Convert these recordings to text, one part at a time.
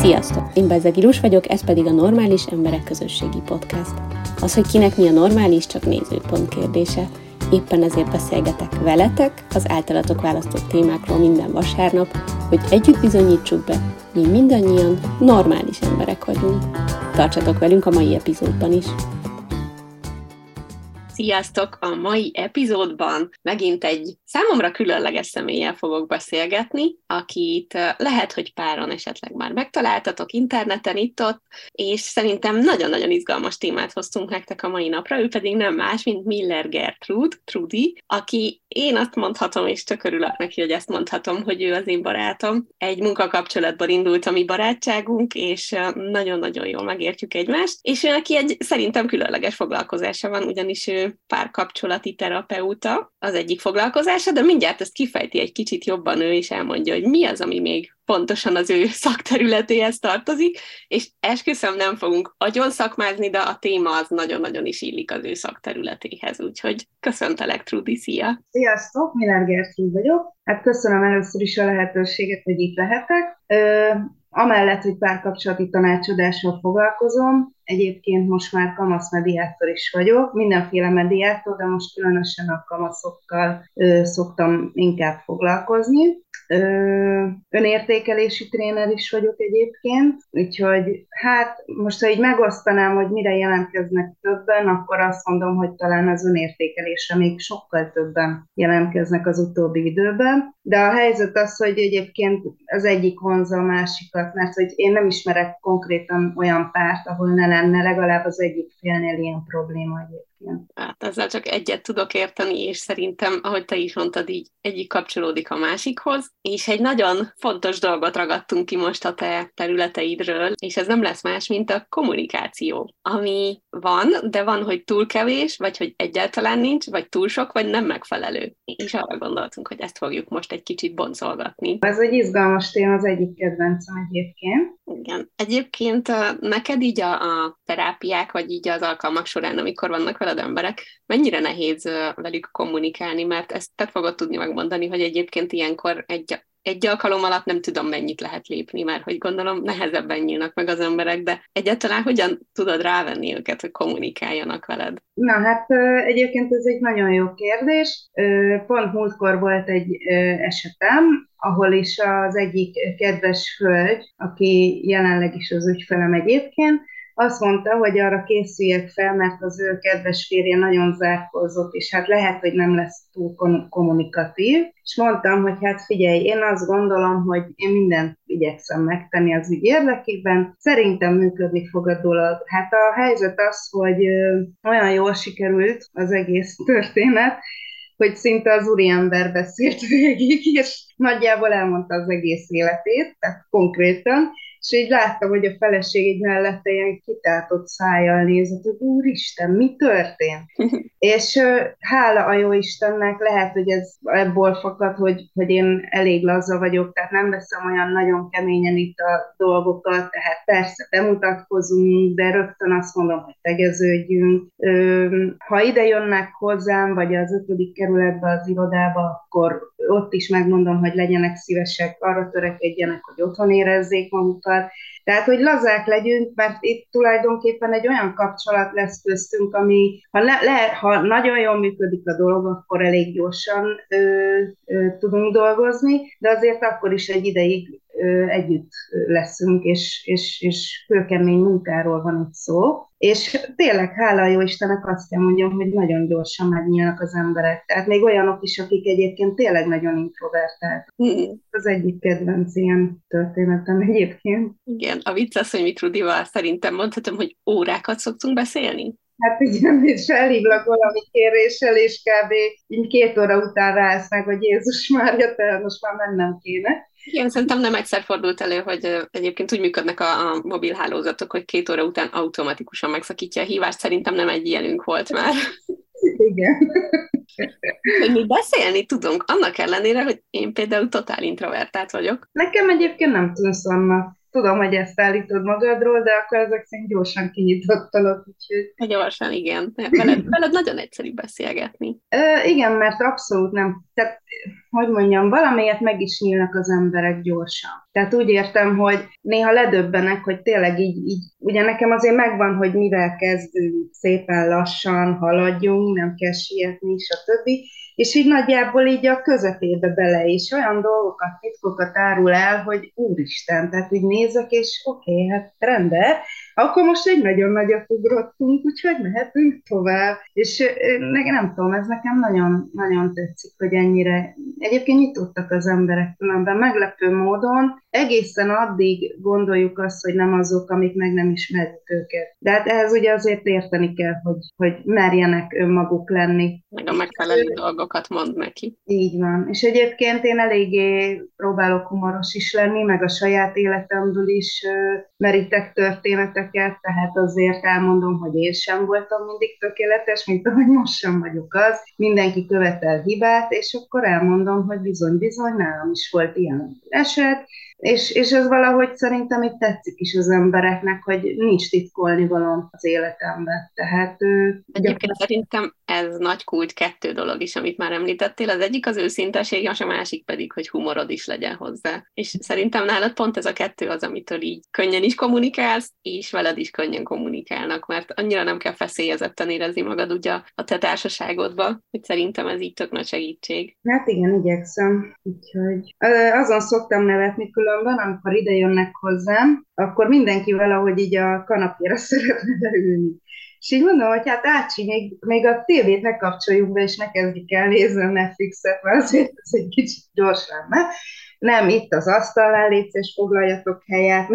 Sziasztok! Én Bezzeg Ilus vagyok, ez pedig a Normális Emberek Közösségi Podcast. Az, hogy kinek mi a normális, csak nézőpont kérdése. Éppen ezért beszélgetek veletek az általatok választott témákról minden vasárnap, hogy együtt bizonyítsuk be, mi mindannyian normális emberek vagyunk. Tartsatok velünk a mai epizódban is! Sziasztok! A mai epizódban megint egy számomra különleges személlyel fogok beszélgetni, akit lehet, hogy páran esetleg már megtaláltatok interneten itt-ott, és szerintem nagyon-nagyon izgalmas témát hoztunk nektek a mai napra, ő pedig nem más, mint Miller Gertrud, Trudi, aki én azt mondhatom, és tök örülök neki, hogy ezt mondhatom, hogy ő az én barátom. Egy munkakapcsolatban indult a mi barátságunk, és nagyon-nagyon jól megértjük egymást, és ő neki egy szerintem különleges foglalkozása van, ugyanis ő párkapcsolati terapeuta az egyik foglalkozása, de mindjárt ezt kifejti egy kicsit jobban ő, és elmondja, hogy mi az, ami még pontosan az ő szakterületéhez tartozik, és esküszöm, nem fogunk agyon szakmázni, de a téma az nagyon-nagyon is illik az ő szakterületéhez, úgyhogy köszöntelek, Trudi, szia! Sziasztok, Miller Gertrud vagyok. Hát köszönöm először is a lehetőséget, hogy itt lehetek. Amellett, hogy párkapcsolati tanácsadással foglalkozom, egyébként most már kamaszmediátor is vagyok, mindenféle mediátor, de most különösen a kamaszokkal szoktam inkább foglalkozni. Önértékelési tréner is vagyok egyébként, úgyhogy hát most, ha így megosztanám, hogy mire jelentkeznek többen, akkor azt mondom, hogy talán az önértékelésre még sokkal többen jelentkeznek az utóbbi időben, de a helyzet az, hogy egyébként az egyik vonzza a másikat, mert hogy én nem ismerek konkrétan olyan párt, ahol ne lenne legalább az egyik félnél ilyen probléma egyébként. Hát ezzel csak egyet tudok érteni, és szerintem, ahogy te is mondtad, így egyik kapcsolódik a másikhoz, és egy nagyon fontos dolgot ragadtunk ki most a te területeidről, és ez nem lesz más, mint a kommunikáció, ami van, de van, hogy túl kevés, vagy hogy egyáltalán nincs, vagy túl sok, vagy nem megfelelő. És arra gondoltunk, hogy ezt fogjuk most egy kicsit boncolgatni. Ez egy izgalmas téma, az egyik kedvencem egyébként. Igen. Egyébként neked így a terápiák, vagy így az alkalmak során, amikor vannak veled emberek, mennyire nehéz velük kommunikálni, mert ezt te fogod tudni megmondani, hogy egyébként ilyenkor egy alkalom alatt nem tudom, mennyit lehet lépni, mert hogy gondolom nehezebben nyílnak meg az emberek, de egyáltalán hogyan tudod rávenni őket, hogy kommunikáljanak veled? Na hát egyébként ez egy nagyon jó kérdés. Pont múltkor volt egy esetem, ahol is az egyik kedves hölgy, aki jelenleg is az ügyfelem egyébként, azt mondta, hogy arra készüljek fel, mert az ő kedves férje nagyon zárkózott, és hát lehet, hogy nem lesz túl kommunikatív. És mondtam, hogy hát figyelj, én azt gondolom, hogy én mindent igyekszem megtenni az ügy érdekében. Szerintem működni fog a dolog. Hát a helyzet az, hogy olyan jól sikerült az egész történet, hogy szinte az úriember beszélt végig, és nagyjából elmondta az egész életét, tehát konkrétan, és így láttam, hogy a feleség egy mellette ilyen kitátott szájjal nézett, hogy úristen, mi történt? És hála a jó Istennek, lehet, hogy ez ebből fakad, hogy én elég laza vagyok, tehát nem veszem olyan nagyon keményen itt a dolgokat, tehát persze bemutatkozunk, de rögtön azt mondom, hogy tegeződjünk. Ha ide jönnek hozzám, vagy az 5. kerületbe, az irodába, akkor ott is megmondom, hogy legyenek szívesek, arra törekedjenek, hogy otthon érezzék magukat. Tehát, hogy lazák legyünk, mert itt tulajdonképpen egy olyan kapcsolat lesz köztünk, ami, ha nagyon jól működik a dolog, akkor elég gyorsan tudunk dolgozni, de azért akkor is egy ideig együtt leszünk, és kőkemény munkáról van itt szó. És tényleg, hála a jó Istennek azt kell mondjam, hogy nagyon gyorsan megnyílnak az emberek. Tehát még olyanok is, akik egyébként tényleg nagyon introvertált. Az egyik kedvenc ilyen történetem egyébként. Igen, a vicc az, hogy mi Trudival szerintem mondhatom, hogy órákat szoktunk beszélni. Hát igen, és felhívlak valami kéréssel, és kb. Így 2 óra után ráállsz meg, hogy Jézus Mária, te most már mennem kéne. Igen, szerintem nem egyszer fordult elő, hogy egyébként úgy működnek a mobil hálózatok, hogy 2 óra után automatikusan megszakítja a hívást. Szerintem nem egy ilyenünk volt már. Igen. Hogy mi beszélni tudunk, annak ellenére, hogy én például totál introvertált vagyok. Nekem egyébként nem tűnsz annak. Tudom, hogy ezt állítod magadról, de akkor ezek szerint gyorsan kinyitottalak. Úgyhogy... Gyorsan, igen. Veled nagyon egyszerű beszélgetni. Igen, mert abszolút nem. Tehát, hogy mondjam, valamiért meg is nyílnak az emberek gyorsan. Tehát úgy értem, hogy néha ledöbbenek, hogy tényleg így, ugye nekem azért megvan, hogy mivel kezdünk, szépen lassan haladjunk, nem kell sietni, stb. És így nagyjából így a közepébe bele is olyan dolgokat, titkokat árul el, hogy úristen, tehát így nézek, és oké, hát rendben, akkor most egy nagyon nagyot ugrottunk, úgyhogy mehetünk tovább. És nem tudom, ez nekem nagyon, nagyon tetszik, hogy ennyire. Egyébként nyitottak az emberek különben, meglepő módon, egészen addig gondoljuk azt, hogy nem azok, amik meg nem ismerjük őket. De hát ehhez ugye azért érteni kell, hogy merjenek önmaguk lenni. Meg a megfelelő dolgokat mond neki. Így van. És egyébként én eléggé próbálok humoros is lenni, meg a saját életemből is merítek történeteket, tehát azért elmondom, hogy én sem voltam mindig tökéletes, mint ahogy most sem vagyok az. Mindenki követel hibát, és akkor elmondom, hogy bizony-bizony, nálam is volt ilyen eset, és ez valahogy szerintem itt tetszik is az embereknek, hogy nincs titkolni valóm az életemben. Tehát egyébként szerintem ez nagy kult kettő dolog is, amit már említettél. Az egyik az őszinteség, és a másik pedig, hogy humorod is legyen hozzá. És szerintem nálad pont ez a kettő az, amitől így könnyen is kommunikálsz, és veled is könnyen kommunikálnak, mert annyira nem kell feszélyezetten érezni magad ugye a te társaságodba, hogy szerintem ez így tök nagy segítség. Hát igen, igyekszem. Úgyhogy azon szoktam nevetni különben, amikor ide jönnek hozzám, akkor mindenki valahogy így a kanapéra szeretne leülni. És így mondom, hogy hát Ácsi, még a tévét ne kapcsoljuk be, és ne kezdjük el nézni a Netflixet, mert azért ez egy kicsit gyors lenne. Nem, itt az asztalnál, légy szíves, foglaljatok helyet,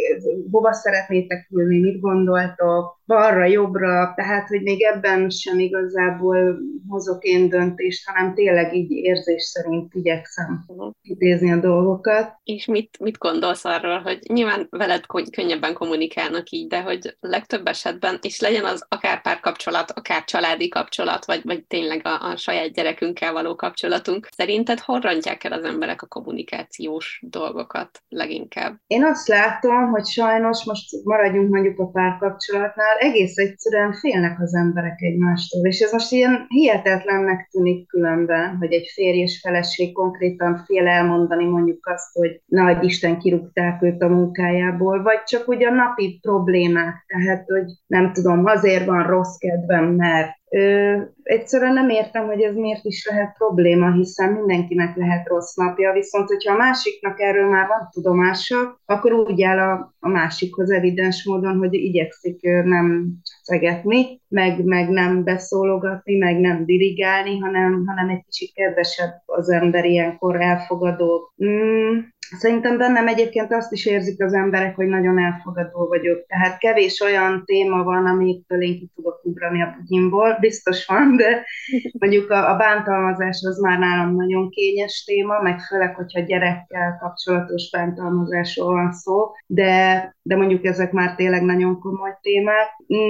hova szeretnétek ülni, mit gondoltok, balra, jobbra, tehát, hogy még ebben sem igazából hozok én döntést, hanem tényleg így érzés szerint igyekszem idézni a dolgokat. És mit gondolsz arról, hogy nyilván veled könnyebben kommunikálnak így, de hogy legtöbb esetben, és legyen az akár párkapcsolat, akár családi kapcsolat, vagy tényleg a saját gyerekünkkel való kapcsolatunk, szerinted hol rontják el az emberek a kommunikációs dolgokat leginkább? Én azt látom, hogy sajnos most maradjunk mondjuk a párkapcsolatnál, egész egyszerűen félnek az emberek egymástól, és ez most ilyen hihetetlennek tűnik különben, hogy egy férj és feleség konkrétan fél elmondani mondjuk azt, hogy na, hogy Isten kirúgták őt a munkájából, vagy csak ugye a napi problémák, tehát, hogy nem tudom, azért van rossz kedvem, mert egyszerűen nem értem, hogy ez miért is lehet probléma, hiszen mindenkinek lehet rossz napja, viszont hogyha a másiknak erről már van tudomása, akkor úgy áll a másikhoz evidens módon, hogy igyekszik nem cegetni, meg nem beszólogatni, meg nem dirigálni, hanem egy kicsit kedvesebb az ember ilyenkor elfogadó. Szerintem bennem egyébként azt is érzik az emberek, hogy nagyon elfogadó vagyok. Tehát kevés olyan téma van, amitől én ki tudok ugrani a putyimból. Biztos van, de mondjuk a bántalmazás az már nálam nagyon kényes téma, meg főleg, hogyha gyerekkel kapcsolatos bántalmazásról van szó, de mondjuk ezek már tényleg nagyon komoly témák.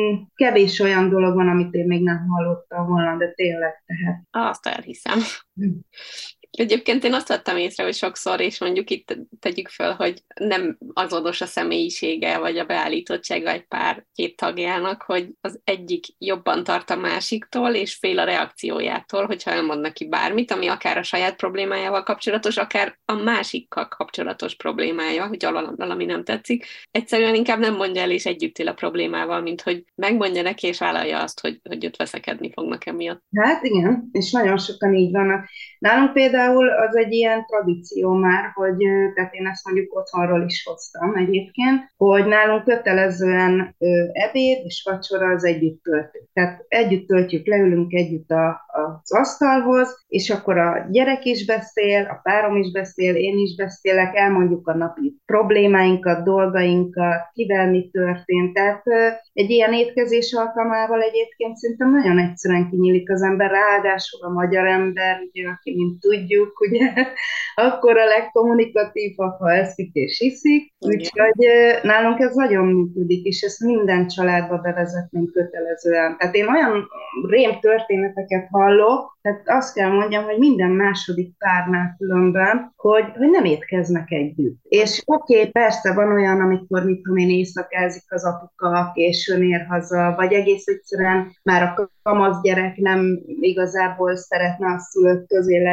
Kevés olyan dolog van, amit én még nem hallottam volna, de tényleg tehát. Azt elhiszem. Egyébként én azt vettem észre, hogy sokszor, és mondjuk itt tegyük föl, hogy nem azonos a személyisége, vagy a beállítottsága egy pár két tagjának, hogy az egyik jobban tart a másiktól, és fél a reakciójától, hogyha elmond neki bármit, ami akár a saját problémájával kapcsolatos, akár a másikkal kapcsolatos problémája, hogy valami nem tetszik. Egyszerűen inkább nem mondja el, és együtt él a problémával, mint hogy megmondja neki, és vállalja azt, hogy őt veszekedni fognak emiatt. Hát igen, és nagyon sokan így vannak. Nálunk például az egy ilyen tradíció már, hogy, tehát én ezt mondjuk otthonról is hoztam egyébként, hogy nálunk kötelezően ebéd és vacsora az együtt töltünk. Tehát együtt töltjük, leülünk együtt az asztalhoz, és akkor a gyerek is beszél, a párom is beszél, én is beszélek, elmondjuk a napi problémáinkat, dolgainkat, kivel mi történt. Tehát egy ilyen étkezés alkalmával egyébként szerintem nagyon egyszerűen kinyílik az ember, ráadásul a magyar ember, ugye, aki mint tudjuk, ugye, akkor a legkommunikatívabb, ha eszik és iszik. Úgyhogy nálunk ez nagyon működik, és ezt minden családba bevezetnénk kötelezően. Tehát én olyan rém történeteket hallok, tehát azt kell mondjam, hogy minden második párnál különben, hogy nem étkeznek együtt. És oké, persze van olyan, amikor mit tudom én, éjszakázik az apuka, későn ér haza, vagy egész egyszerűen már a kamasz gyerek nem igazából szeretne a szülők közé leülni,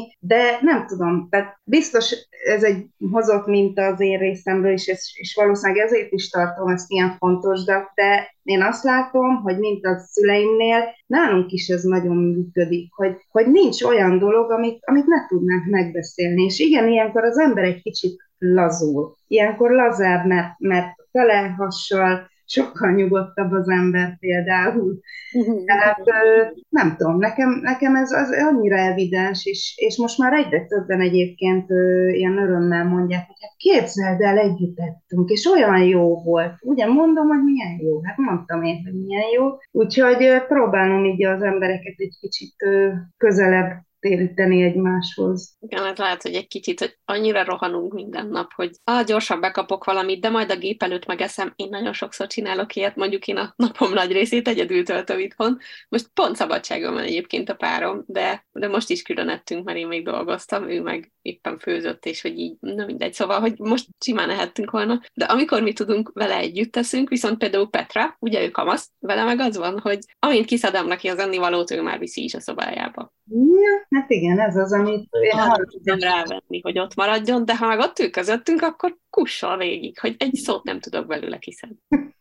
játszani, de nem tudom, tehát biztos ez egy hozott minta az én részemről is, és valószínűleg ezért is tartom ezt ilyen fontos, de én azt látom, hogy mint a szüleimnél, nálunk is ez nagyon működik, hogy nincs olyan dolog, amit ne tudnánk megbeszélni. És igen, ilyenkor az ember egy kicsit lazul. Ilyenkor lazább, mert telehassal sokkal nyugodtabb az ember például. Tehát nem tudom, nekem ez az annyira evidens, és most már egyre többen egyébként ilyen örömmel mondják, hogy hát képzeld el, együtt ettünk, és olyan jó volt. Ugye mondom, hogy milyen jó, hát mondtam én, hogy milyen jó. Úgyhogy próbálom így az embereket egy kicsit közelebb téríteni egymáshoz. Igen, hát lehet, hogy egy kicsit, hogy annyira rohanunk minden nap, hogy gyorsan bekapok valamit, de majd a gép előtt megeszem. Én nagyon sokszor csinálok ilyet, mondjuk én a napom nagy részét egyedül töltöm itthon. Most pont szabadságon van egyébként a párom, de most is külön ettünk, mert én még dolgoztam, ő meg éppen főzött, és hogy így, na mindegy, szóval, hogy most simán ehettünk volna, de amikor mi tudunk, vele együtt teszünk, viszont például Petra, ugye ő kamasz, vele meg az van, hogy amint kiszedem neki az ennivalót, ő már viszi is a szobájába. Ja, hát igen, ez az, amit én arra tudom rávenni, hogy ott maradjon, de ha meg ott ül közöttünk, akkor kusson végig, hogy egy szót nem tudok belőle kiszedni.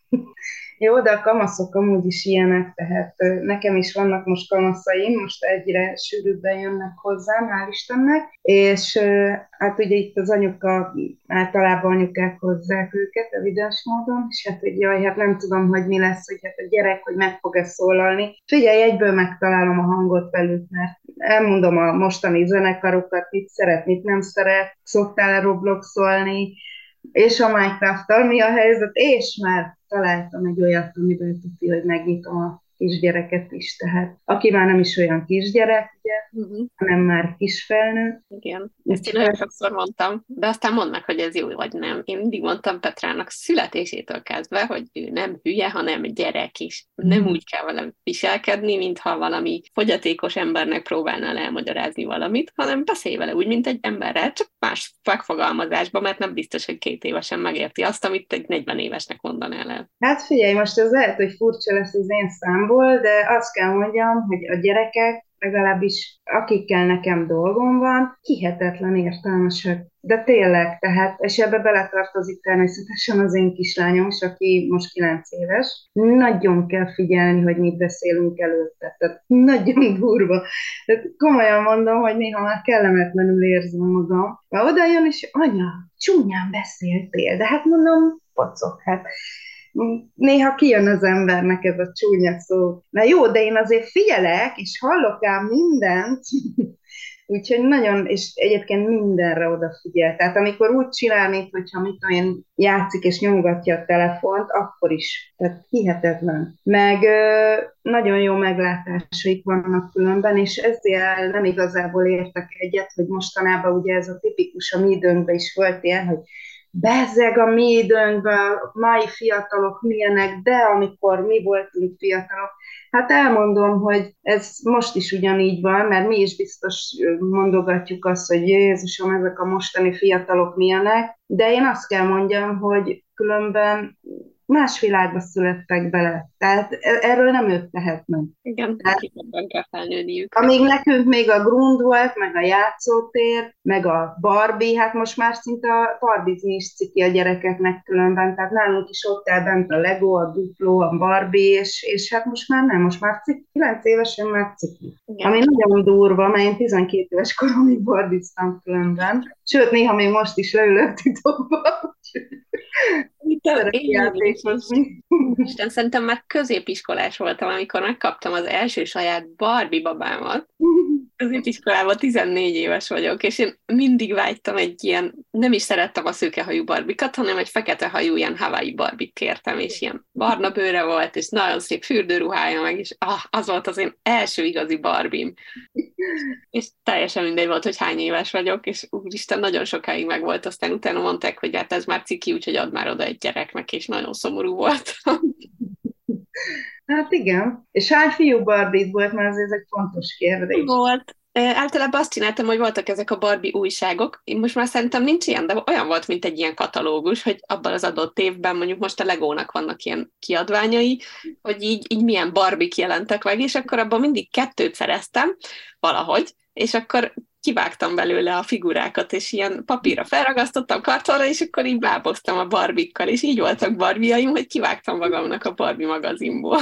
Jó, de a kamaszok amúgy is ilyenek, tehát nekem is vannak most kamaszaim, most egyre sűrűbben jönnek hozzám, hál' Istennek, és hát ugye itt az anyuka, általában anyukák hozzák őket evidens módon, és hát hogy jaj, hát nem tudom, hogy mi lesz, hogy hát a gyerek, hogy meg fog-e szólalni. Figyelj, egyből megtalálom a hangot velük, mert elmondom a mostani zenekarokat, mit szeret, mit nem szeret, szoktál-e Robloxolni, és a Minecraft-tal mi a helyzet, és már találtam egy olyat, amiben tudja, hogy megnyitom a kisgyereket is, tehát aki már nem is olyan kisgyerek, ugye, hanem már kisfelnő. Igen, ezt én nagyon sokszor mondtam, de aztán mondd meg, hogy ez jó vagy nem. Én mindig mondtam Petrának születésétől kezdve, hogy ő nem hülye, hanem gyerek is. Nem úgy kell vele viselkedni, mintha valami fogyatékos embernek próbálnál elmagyarázni valamit, hanem beszélj vele úgy, mint egy emberrel, csak más megfogalmazásban, mert nem biztos, hogy 2 évesen megérti azt, amit egy 40 évesnek mondanál el. Hát figyelj, most ez lehet, hogy furcsa lesz az én számból, de azt kell mondjam, hogy a gyerekek, legalábbis akikkel nekem dolgom van, hihetetlen értelmesek. De tényleg, tehát, és ebbe beletartozik természetesen az én kislányom is, aki most 9 éves. Nagyon kell figyelni, hogy mit beszélünk előtte. Tehát nagyon durva. Tehát komolyan mondom, hogy néha már kellemetlenül érzem magam. Mert oda jön, és anya, csúnyán beszéltél. De hát mondom, pocok, hát néha kijön az embernek ez a csúnya szó. Na jó, de én azért figyelek, és hallok ám mindent, úgyhogy nagyon, és egyébként mindenre odafigyel. Tehát amikor úgy csinál, mint hogyha mit olyan játszik és nyomogatja a telefont, akkor is. Tehát hihetetlen. Meg nagyon jó meglátásaik vannak különben, és ezzel nem igazából értek egyet, hogy mostanában ugye ez a tipikus, a mi időnkben is volt ilyen, hogy bezzeg a mi időnkben, a mai fiatalok milyenek, de amikor mi voltunk fiatalok, hát elmondom, hogy ez most is ugyanígy van, mert mi is biztos mondogatjuk azt, hogy Jézusom, ezek a mostani fiatalok milyenek, de én azt kell mondjam, hogy különben más világba születtek bele. Tehát erről nem ők tehetnek. Igen, ebben kell felnőniük. Amíg nekünk még a Grund volt, meg a játszótér, meg a Barbie, hát most már szinte a Barbizni is ciki a gyerekeknek különben, tehát nálunk is ott áll bent a Lego, a Duplo, a Barbie, és hát most már nem, most már ciki, 9 évesen már ciki. Igen. Ami nagyon durva, mert én 12 éves koromig barbiztam különben, sőt, néha még most is leülök titokba. Isten, szerintem már középiskolás voltam, amikor megkaptam az első saját Barbie babámat. Középiskolában 14 éves vagyok, és én mindig vágytam egy ilyen, nem is szerettem a szőkehajú barbikat, hanem egy feketehajú ilyen Hawaii barbit kértem, és ilyen barna bőre volt, és nagyon szép fürdőruhája meg, és az volt az én első igazi Barbim. És teljesen mindegy volt, hogy hány éves vagyok, és úristen, nagyon sokáig meg volt, aztán utána mondták, hogy hát ez már ciki, úgyhogy add már oda egy gyereknek, és nagyon szomorú volt. Hát igen. És hány fiú Barbie volt, mert ez egy fontos kérdés. Volt. Általában azt csináltam, hogy voltak ezek a Barbie újságok. Én most már szerintem nincs ilyen, de olyan volt, mint egy ilyen katalógus, hogy abban az adott évben, mondjuk most a Legónak vannak ilyen kiadványai, hogy így milyen Barbie jelentek meg, és akkor abban mindig 2 szereztem valahogy, és akkor kivágtam belőle a figurákat, és ilyen papírra felragasztottam kartonra, és akkor így báboztam a Barbikkal, és így voltak Barbiaim, hogy kivágtam magamnak a Barbie magazinból.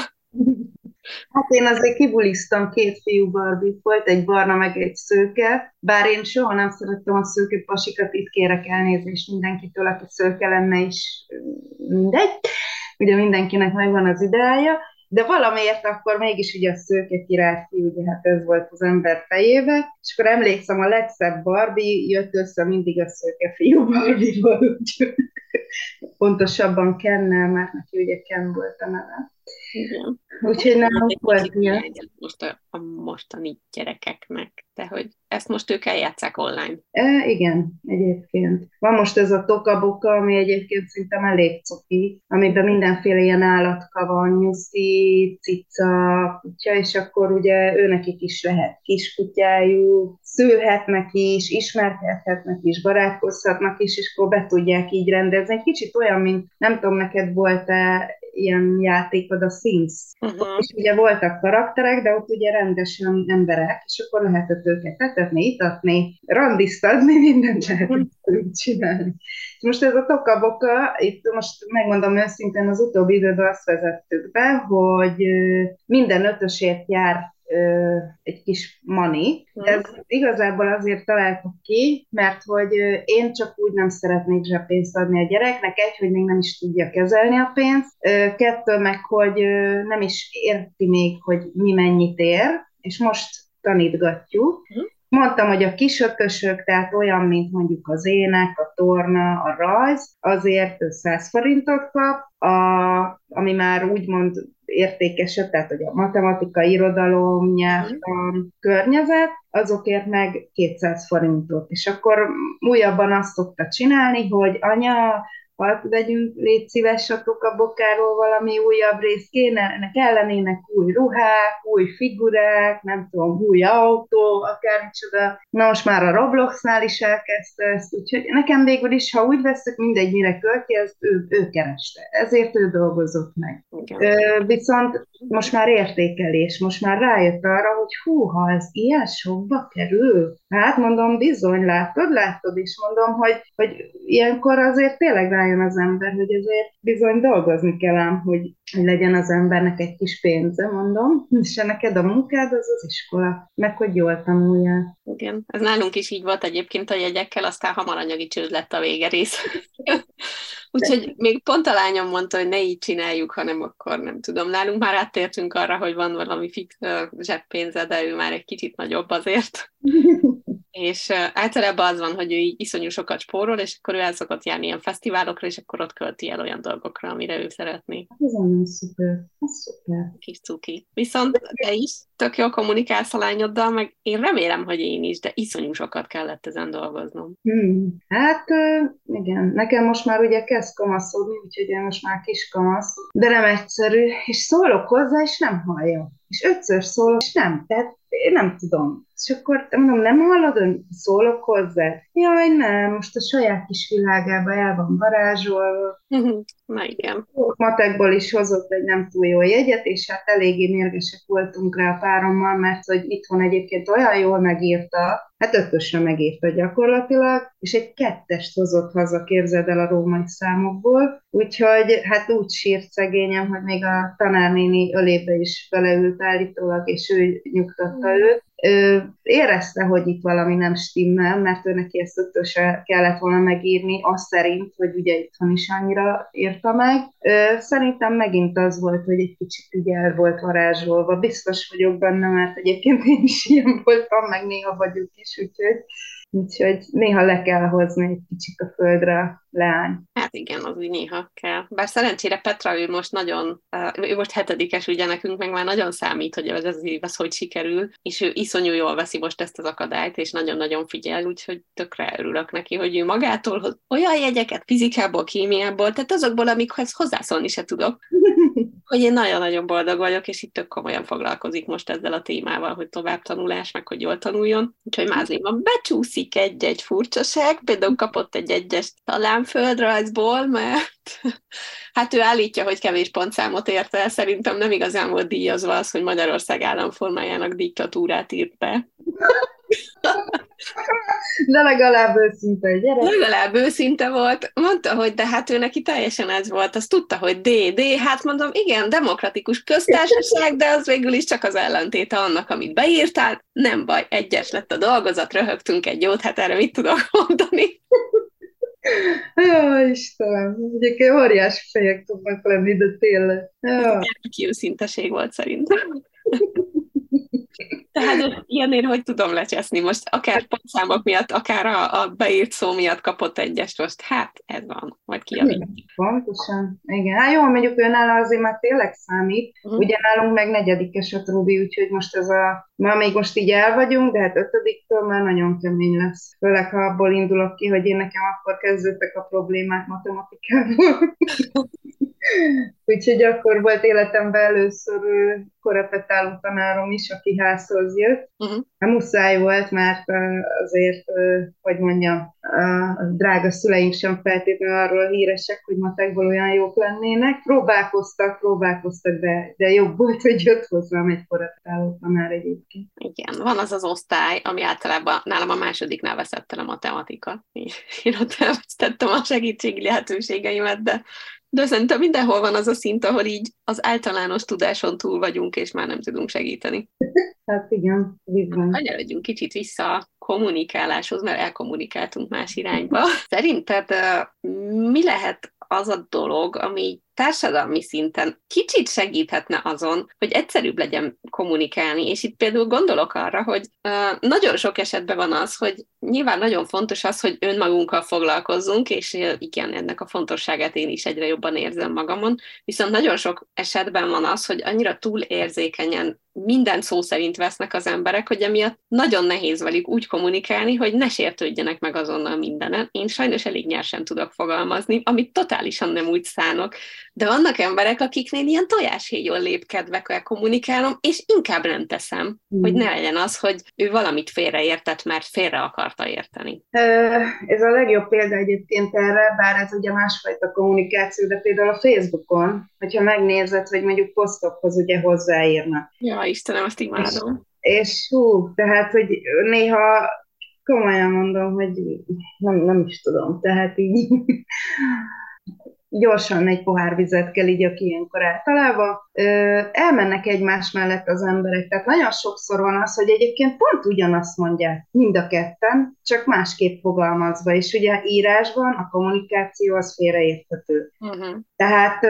Hát én azért kibuliztam 2 fiú Barbie, volt egy barna meg egy szőke, bár én soha nem szerettem a szőke pasikat, itt kérek elnézést mindenkitől, aki szőke lenne is, mindegy. Ugye mindenkinek megvan az ideája, de valamiért akkor mégis ugye a szőke királyfi, ugye hát ez volt az ember fejébe, és akkor emlékszem, a legszebb Barbie jött össze mindig a szőke fiú Barbie-ból, úgyhogy pontosabban Kennel, mert neki ugye Ken volt a neve. Igen. Úgyhogy nálunk volt ilyen. Most a mostani gyerekeknek, de hogy ezt most ők eljátszák online. Igen, egyébként. Van most ez a Toka-Boka, ami egyébként szinte elég cuki, amiben mindenféle ilyen állatka van, nyuszi, cica, kutya, és akkor ugye őnekik is lehet kiskutyájuk, szülhetnek is, ismerkedhetnek is, barátkozhatnak is, és akkor be tudják így rendezni. Egy kicsit olyan, mint nem tudom, neked volt-e ilyen játékod, a Sims. És ugye voltak karakterek, de ott ugye rendesen emberek, és akkor lehetett őket etetni, itatni, randiztatni, mindent lehetett csinálni. És most ez a Toka-Boka, itt most megmondom őszintén, az utóbbi időben azt vezettük be, hogy minden ötösért jár egy kis money. Ez igazából azért találtuk ki, mert hogy én csak úgy nem szeretnék zseppénzt adni a gyereknek, hogy még nem is tudja kezelni a pénzt, 2 meg, hogy nem is érti még, hogy mi mennyit ér, és most tanítgatjuk. Mondtam, hogy a kisötösök, tehát olyan, mint mondjuk az ének, a torna, a rajz, azért 100 forintot kap, ami már úgymond értékesebb, tehát hogy a matematika, irodalom, nyelvtan, környezet, azokért meg 200 forintot. És akkor újabban azt szokta csinálni, hogy anya, vegyünk, légy szíves a Toka-Bokáról valami újabb rész kéne, ennek ellenének új ruhák, új figurák, nem tudom, új autó, akármicsoda. Na most már a Robloxnál is elkezdte ezt, úgyhogy nekem végül is, ha úgy veszük, mindegy, mire költi, ezt ő kereste. Ezért ő dolgozott meg. Viszont most már értékelés, most már rájött arra, hogy húha, ez ilyen sokba kerül. Hát mondom, bizony, látod, és mondom, hogy ilyenkor azért tényleg rájön az ember, hogy azért bizony dolgozni kell ám, hogy legyen az embernek egy kis pénze, mondom, és neked a munkád az iskola, meg hogy jól tanuljál. Igen, ez nálunk is így volt egyébként a jegyekkel, aztán hamar anyagi csőd lett a végerész. Úgyhogy még pont a lányom mondta, hogy ne így csináljuk, hanem akkor nem tudom. Nálunk már áttértünk arra, hogy van valami fix zseppénze, de ő már egy kicsit nagyobb azért. És általában az van, hogy ő így iszonyú sokat spórol, és akkor ő el szokott járni ilyen fesztiválokra, és akkor ott költi el olyan dolgokra, amire ő szeretné. Ez olyan szuper, ez szuper. Kis cuki. Viszont te is tök jól kommunikálsz a lányoddal, meg én remélem, hogy én is, de iszonyú sokat kellett ezen dolgoznom. Hát igen, nekem most már ugye kezd kamaszodni, úgyhogy én most már kis kamasz, de nem egyszerű, és szólok hozzá, és nem hallja. És 5-ször szólok, és nem, tehát én nem tudom. És akkor mondom, nem hallod, hogy szólok hozzá? Jaj, nem, most a saját kis világába el van varázsolva. Na igen. Matekból is hozott egy nem túl jó jegyet, és hát eléggé mérgesek voltunk rá a párommal, mert hogy itthon egyébként olyan jól megírta, hát 5-ösre megírta gyakorlatilag, és egy 2-est hozott haza, képzeld el, a római számokból, úgyhogy hát úgy sírt szegényem, hogy még a tanárnéni ölébe is beleült állítólag, és ő nyugtatta őt. Érezte, hogy itt valami nem stimmel, mert ő neki ezt 5-ösre kellett volna megírni, azt szerint, hogy ugye itthon is annyira írta meg. Szerintem megint az volt, hogy egy kicsit ugye el volt varázsolva. Biztos vagyok benne, mert egyébként én is ilyen voltam, meg néha vagyok is, úgyhogy néha le kell hozni egy kicsit a földre a leány. Hát igen, az úgy néha kell. Bár szerencsére Petra, ő most nagyon, ő most 7-es, ugye nekünk meg már nagyon számít, hogy ez az év, hogy sikerül, és ő iszonyú jól veszi most ezt az akadályt, és nagyon-nagyon figyel, úgyhogy tökre örülök neki, hogy ő magától hoz olyan jegyeket fizikából, kémiából, tehát azokból, amikhez hozzászólni se tudok, hogy én nagyon-nagyon boldog vagyok, és itt tök komolyan foglalkozik most ezzel a témával, hogy tovább tanulás, meg hogy jól tanuljon. Úgyhogy mázliban becsúszik egy furcsaság, például kapott egy 1-est talán földrajzból, mert hát ő állítja, hogy kevés pontszámot ért el, szerintem nem igazán volt díjazva az, hogy Magyarország államformájának diktatúrát írt be. De legalább őszinte, gyere. Legalább őszinte volt, mondta, hogy de hát ő neki teljesen ez volt, azt tudta, hogy D, hát mondom, igen, demokratikus köztársaság, de az végül is csak az ellentéte annak, amit beírtál, nem baj, egyes lett a dolgozat, röhögtünk egy jót, hát erre mit tudok mondani? Jó, Istenem, egyébként óriási fejek tudnak lenni, de tényleg. Ez Jó. gyermeki őszinteség volt szerintem. Tehát ilyenért hogy tudom lecseszni most, akár pontszámok miatt, akár a beírt szó miatt kapott egyest, most hát ez van, majd kijavít. Pontosan, igen. Hát jó, mondjuk ő nála azért már tényleg számít. Ugye nálunk meg negyedikes a Trubi, úgyhogy most már még most így el vagyunk, de hát ötödiktől már nagyon kemény lesz. Főleg, ha abból indulok ki, hogy én nekem akkor kezdődtek a problémák matematikával. Úgyhogy akkor volt életemben először korepetáló tanárom is, aki házhoz jött. Hát muszáj volt, mert azért, hogy mondjam, a drága szüleink sem feltétlenül arról híresek, hogy matekból olyan jók lennének. Próbálkoztak, de jobb volt, hogy jött hozzám egy korepetáló tanár egyébként. Igen, van az az osztály, ami általában nálam a másodiknál veszett el a matematika. Én ott elvesztettem a segítségi lehetőségeimet, de szerintem mindenhol van az a szint, ahol így az általános tudáson túl vagyunk, és már nem tudunk segíteni. Hát igen, bizony. Kanyarodjunk kicsit vissza a kommunikáláshoz, mert elkommunikáltunk más irányba. Szerinted mi lehet az a dolog, ami társadalmi szinten kicsit segíthetne azon, hogy egyszerűbb legyen kommunikálni, és itt például gondolok arra, hogy nagyon sok esetben van az, hogy nyilván nagyon fontos az, hogy önmagunkkal foglalkozzunk, és igen, ennek a fontosságát én is egyre jobban érzem magamon, viszont nagyon sok esetben van az, hogy annyira túlérzékenyen minden szó szerint vesznek az emberek, hogy emiatt nagyon nehéz velük úgy kommunikálni, hogy ne sértődjenek meg azonnal mindenen. Én sajnos elég nyersen tudok fogalmazni, amit totálisan nem úgy szánok, de vannak emberek, akiknél ilyen tojáshéjon lépkedve kommunikálom, és inkább nem teszem, hogy ne legyen az, hogy ő valamit félreértett, mert félre akarta érteni. Ez a legjobb példa egyébként erre, bár ez ugye másfajta kommunikáció, de például a Facebookon, hogyha megnézed, hogy mondjuk posztokhoz ugye hozzáírnak. Ja, Istenem, azt imádom. És hú, tehát, hogy néha komolyan mondom, hogy nem is tudom, tehát így gyorsan egy pohár vizet kell így ilyenkor általában. Elmennek egymás mellett az emberek, tehát nagyon sokszor van az, hogy egyébként pont ugyanazt mondják mind a ketten, csak másképp fogalmazva, és ugye írásban a kommunikáció az félreérthető. Tehát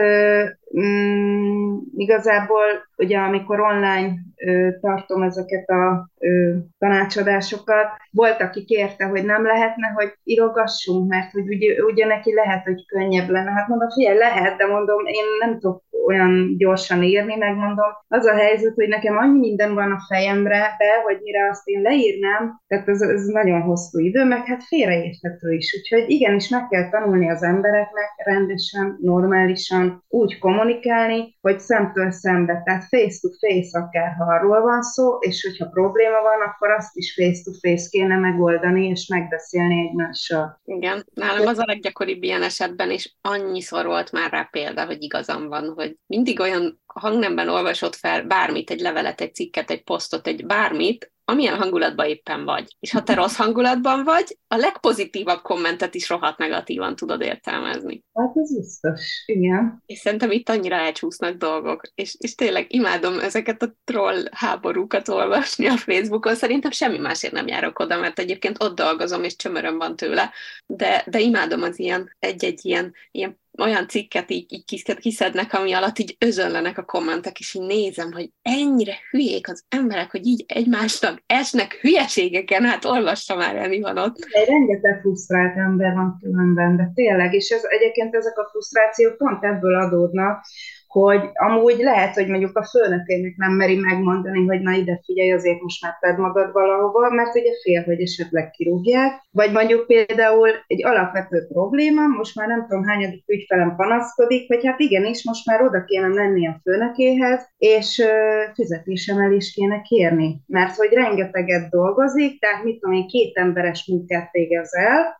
igazából ugye amikor online tartom ezeket a tanácsadásokat, volt, aki kérte, hogy nem lehetne, hogy írogassunk, mert hogy ugye neki lehet, hogy könnyebb lenne. Hát mondom, figyelj, lehet, de mondom, én nem tudok olyan gyorsan írni, megmondom. Az a helyzet, hogy nekem annyi minden van a fejemre, hogy mire azt én leírnám, tehát ez nagyon hosszú idő, meg hát félreérthető is. Úgyhogy igenis meg kell tanulni az embereknek rendesen, normálisan úgy kommunikálni, hogy szemtől szembe, tehát face-to-face akár, ha arról van szó, és hogyha probléma van, akkor azt is face-to-face kéne megoldani, és megbeszélni egymással. Igen, nálam az a leggyakoribb ilyen esetben, és annyiszor volt már rá példa, hogy igazam van, hogy mindig olyan hangnemben olvasod fel bármit, egy levelet, egy cikket, egy posztot, egy bármit, amilyen hangulatban éppen vagy. És ha te rossz hangulatban vagy, a legpozitívabb kommentet is rohadt negatívan tudod értelmezni. Hát ez biztos, igen. És szerintem itt annyira elcsúsznak dolgok. És tényleg imádom ezeket a troll háborúkat olvasni a Facebookon. Szerintem semmi másért nem járok oda, mert egyébként ott dolgozom, és csömöröm van tőle. De imádom az ilyen, egy-egy ilyen olyan cikket így kiszednek, ami alatt így özönlenek a kommentek, és így nézem, hogy ennyire hülyék az emberek, hogy így egymásnak esnek hülyeségeken, hát olvassa már el, mi van ott. Egy rengeteg frusztrált ember van különben, de tényleg, és egyébként ezek a frusztrációk pont ebből adódnak, hogy amúgy lehet, hogy mondjuk a főnökének nem meri megmondani, hogy na ide figyelj, azért most már tedd magad valahova, mert ugye fél, hogy esetleg kirúgják, vagy mondjuk például egy alapvető probléma, most már nem tudom hányadik ügyfelem panaszkodik, hogy hát igenis, most már oda kéne menni a főnökéhez, és fizetésemelést kéne kérni, mert hogy rengeteget dolgozik, tehát mit tudom én, 2 emberes munkát végez el,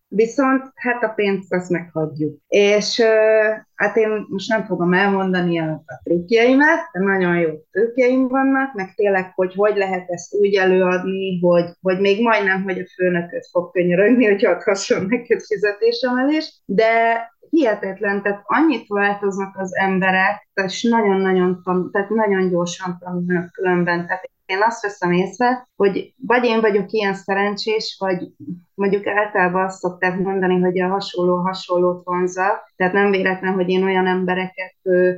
viszont hát a pénzt azt meghagyjuk. És hát én most nem fogom elmondani a trükkjeimet, de nagyon jó trükkjeim vannak, meg tényleg, hogy lehet ezt úgy előadni, hogy még majdnem, hogy a főnököt fog könyörögni, hogy adhasson neked fizetésemelést, de hihetetlen, tehát annyit változnak az emberek, és tehát nagyon gyorsan tanulnak különben. Tehát én azt veszem észre, hogy vagy én vagyok ilyen szerencsés, vagy mondjuk általában azt szokták mondani, hogy a hasonló hasonlót vonzza, tehát nem véletlen, hogy én olyan embereket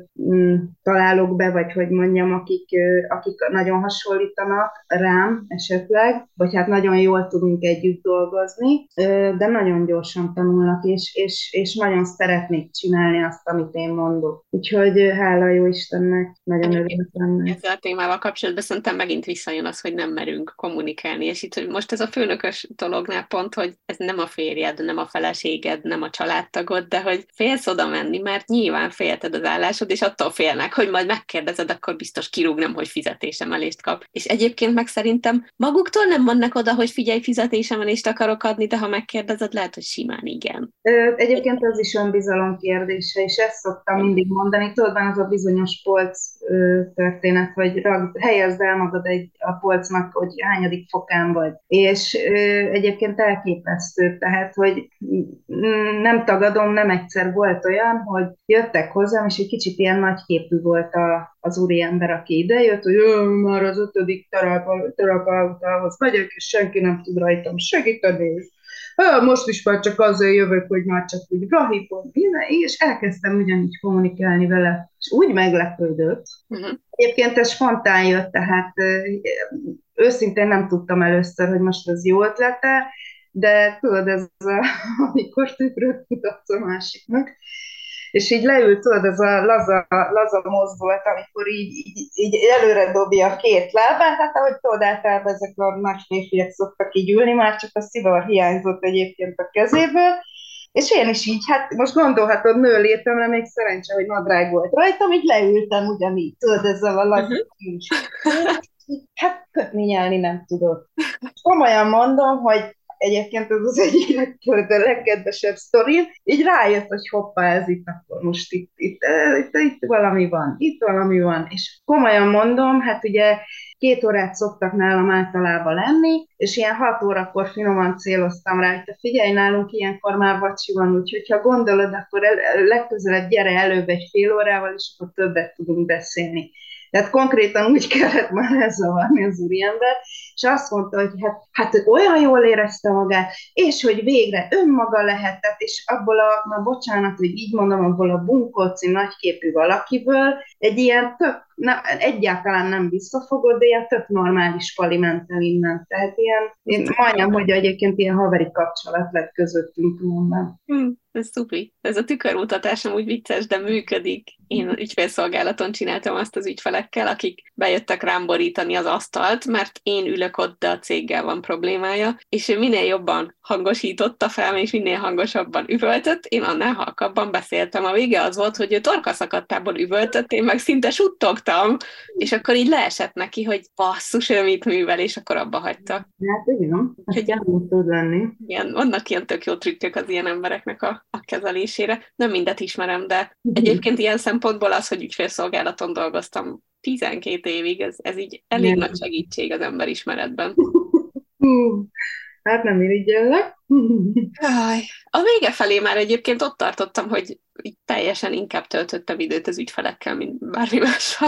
találok be, vagy hogy mondjam, akik nagyon hasonlítanak rám esetleg, vagy hát nagyon jól tudunk együtt dolgozni, de nagyon gyorsan tanulnak, és nagyon szeretnék csinálni azt, amit én mondok. Úgyhogy hála jó Istennek, nagyon örülök ennek. Ezzel a témával kapcsolatban szerintem megint visszajön az, hogy nem merünk kommunikálni, és itt most ez a főnökös dolognál pont, hogy ez nem a férjed, nem a feleséged, nem a családtagod, de hogy félsz oda menni, mert nyilván félted az állásod, és attól félnek, hogy majd megkérdezed, akkor biztos kirúgnem, hogy fizetésemelést kap. És egyébként meg szerintem maguktól nem vannak oda, hogy figyelj, fizetésemelést akarok adni, de ha megkérdezed, lehet, hogy simán igen. Egyébként ez is önbizalom kérdése, és ezt szoktam mindig mondani. Tudod, van az a bizonyos polc történet, hogy helyezd el magad a polcnak, hogy hányadik fokán vagy. És egyébként elképesztő, tehát, hogy nem tagadom, nem egyszer volt olyan, hogy jöttek hozzám, és egy kicsit ilyen nagyképű volt az úriember, aki idejött, hogy már az 5. terapeutához megyek, és senki nem tud rajtam segíteni, most is már csak azért jövök, hogy már csak úgy rahipom, és elkezdtem ugyanígy kommunikálni vele, és úgy meglepődött. Egyébként ez spontán jött, tehát őszintén nem tudtam először, hogy most ez jó ötlete, de tudod, amikor tükröt mutatsz a másiknak, és így leült, tudod, ez a laza mozdulat, amikor így előre dobja a két lábát, hát ahogy tudod, általában ezek a nagy férfiak szoktak így ülni, már csak a szivar hiányzott egyébként a kezéből, és én is így, hát most gondolhatod, nő létemre, még szerencse, hogy nadrág volt rajtam, így leültem ugyanígy, tudod, ezzel a laza kincs. Hát kötni nyelni nem tudok. Komolyan mondom, hogy egyébként ez az egyik legkedvesebb sztorim, így rájött, hogy hoppá, ez itt akkor most itt valami van, és komolyan mondom, hát ugye 2 órát szoktak nálam általában lenni, és ilyen 6 órakor finoman céloztam rá, hogy te figyelj, nálunk ilyenkor már vacsi van, úgyhogy ha gondolod, akkor legközelebb gyere előbb egy fél órával, és akkor többet tudunk beszélni. Tehát konkrétan úgy kellett már elzavarni az úriember, és azt mondta, hogy hát olyan jól érezte magát, és hogy végre önmaga lehetett, és abból bocsánat, hogy így mondom, abból a bunkóci nagyképű valakiből egy ilyen egyáltalán nem visszafogott, de ilyen tök normális pali ment el innen. Tehát én majdnem, hogy egyébként ilyen haveri kapcsolat lett közöttünk mondom. Ez szupi. Ez a tükörmutatás úgy vicces, de működik. Én ügyfélszolgálaton csináltam azt az ügyfelekkel, akik bejöttek rám borítani az asztalt, mert én ülök ott, de a céggel van problémája, és ő minél jobban hangosította fel, és minél hangosabban üvöltött, én annál halkabban beszéltem. A vége az volt, hogy ő torkaszakadtából üvöltött, én meg szinte suttogtam, és akkor így leesett neki, hogy basszus, ő mit művel, és akkor abba hagyta. Hát igen, ezt kell tud lenni. Igen, vannak ilyen tök jó trükkök az ilyen embereknek a kezelésére. Nem mindet ismerem, de egyébként ilyen szempontból az, hogy ügyfélszolgálaton dolgoztam 12 évig, ez így elég nagy segítség az emberismeretben. Hát nem irigyellek. A vége felé már egyébként ott tartottam, hogy így teljesen inkább töltöttem időt az ügyfelekkel, mint bármi mással.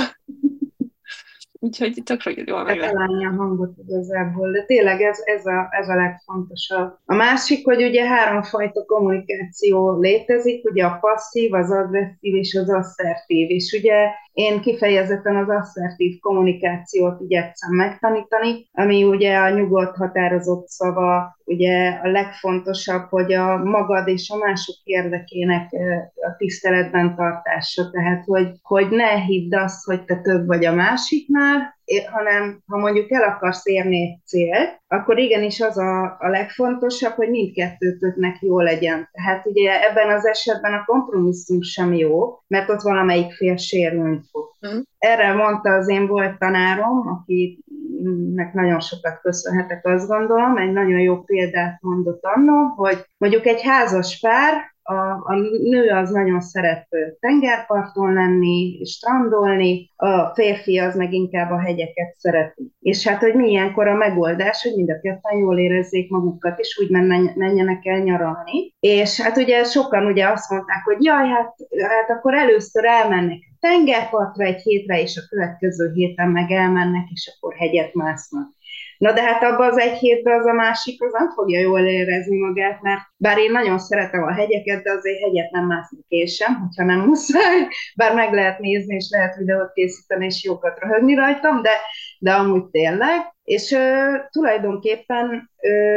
Úgyhogy tökre jól meg lehet. Találni a hangot igazából, de tényleg ez a legfontosabb. A másik, hogy ugye 3 fajta kommunikáció létezik, ugye a passzív, az agresszív és az asszertív, és ugye én kifejezetten az asszertív kommunikációt igyekszem megtanítani, ami ugye a nyugodt, határozott szava, ugye a legfontosabb, hogy a magad és a mások érdekének a tiszteletben tartása, tehát hogy ne hidd azt, hogy te több vagy a másiknál, hanem ha mondjuk el akarsz érni egy célt, akkor igenis az a legfontosabb, hogy mindkettőtöknek jó legyen. Tehát ugye ebben az esetben a kompromisszum sem jó, mert ott valamelyik fél sérülni fog. Erre mondta az én volt tanárom, aki akinek nagyon sokat köszönhetek, azt gondolom, egy nagyon jó példát mondott annó, hogy mondjuk egy házas pár, a nő az nagyon szeret tengerparton lenni, strandolni, a férfi az meg inkább a hegyeket szereti. És hát, hogy mi ilyenkor a megoldás, hogy mind a ketten jól érezzék magukat, és úgy menjenek el nyaralni. És hát ugye sokan ugye azt mondták, hogy jaj, hát akkor először elmennek a tengerpartra egy hétre, és a következő héten meg elmennek, és akkor hegyet másznak. Na de hát abban az egy hétben az a másik, az nem fogja jól érezni magát, mert bár én nagyon szeretem a hegyeket, de azért hegyet nem másznak én sem, hogyha nem muszáj, bár meg lehet nézni, és lehet videót készíteni, és jókat röhögni rajtam, de amúgy tényleg. És tulajdonképpen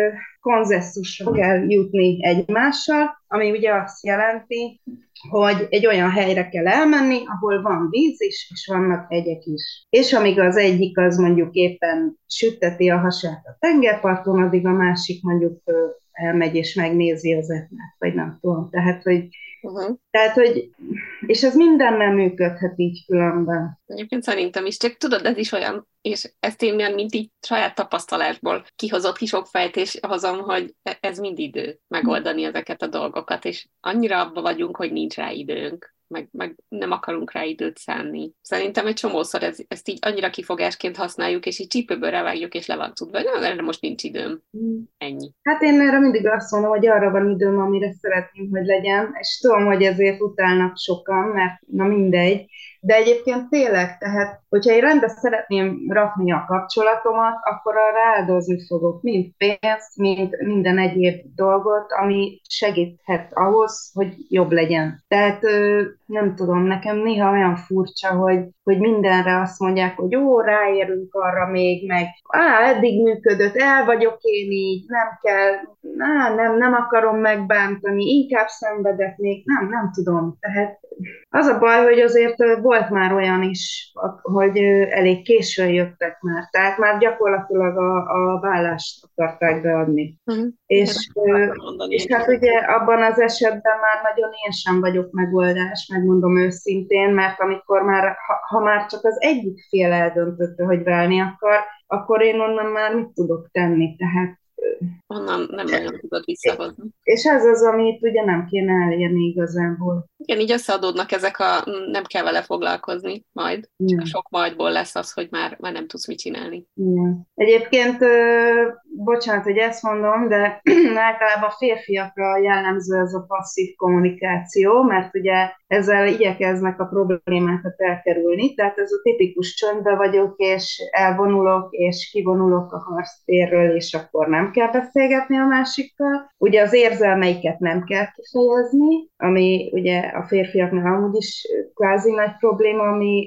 konzenzusra kell jutni egymással, ami ugye azt jelenti, hogy egy olyan helyre kell elmenni, ahol van víz is, és vannak hegyek is. És amíg az egyik az mondjuk éppen sütteti a hasát a tengerparton, addig a másik mondjuk elmegy és megnézi az Etnát, vagy nem tudom. Tehát, hogy és ez mindennel működhet így különben. Egyébként szerintem is, csak tudod, ez is olyan, és ezt én mint így saját tapasztalásból kihozott kis okfejtés hozom, hogy ez mind idő megoldani ezeket a dolgokat, és annyira abba vagyunk, hogy nincs rá időnk. Meg nem akarunk rá időt szánni. Szerintem egy csomószor ezt így annyira kifogásként használjuk, és így csípőből rávágjuk, és le van tudva, hogy erre most nincs időm. Ennyi. Hát én erre mindig azt mondom, hogy arra van időm, amire szeretném, hogy legyen, és tudom, hogy ezért utálnak sokan, mert na mindegy, de egyébként tényleg, tehát, hogyha én rendbe szeretném rakni a kapcsolatomat, akkor arra áldozni fogok mind pénzt, mind minden egyéb dolgot, ami segíthet ahhoz, hogy jobb legyen. Tehát nem tudom, nekem néha olyan furcsa, hogy mindenre azt mondják, hogy jó, ráérünk arra még, meg eddig működött, el vagyok én így, nem kell, nem akarom megbántani, inkább szenvedek még, nem tudom. Tehát az a baj, hogy azért volt már olyan is, hogy elég későn jöttek már, tehát már gyakorlatilag a vállást akarták beadni. És hát ugye abban az esetben már nagyon én sem vagyok megoldás, megmondom őszintén, mert amikor már, ha már csak az egyik fél eldöntötte, hogy válni akar, akkor én onnan már mit tudok tenni, tehát onnan nem nagyon tudod visszahozni. És ez az, amit ugye nem kéne elérni igazából. Igen, így összeadódnak ezek nem kell vele foglalkozni majd. Csak a sok majdból lesz az, hogy már nem tudsz mit csinálni. Igen. Egyébként, bocsánat, hogy ezt mondom, de általában férfiakra jellemző ez a passzív kommunikáció, mert ugye ezzel igyekeznek a problémákat elkerülni, tehát ez a tipikus csöndbe vagyok, és elvonulok, és kivonulok a harctérről, és akkor nem kell beszélgetni a másikkal. Ugye az érzelmeiket nem kell kifejezni, ami ugye a férfiaknál amúgy is kvázi nagy probléma,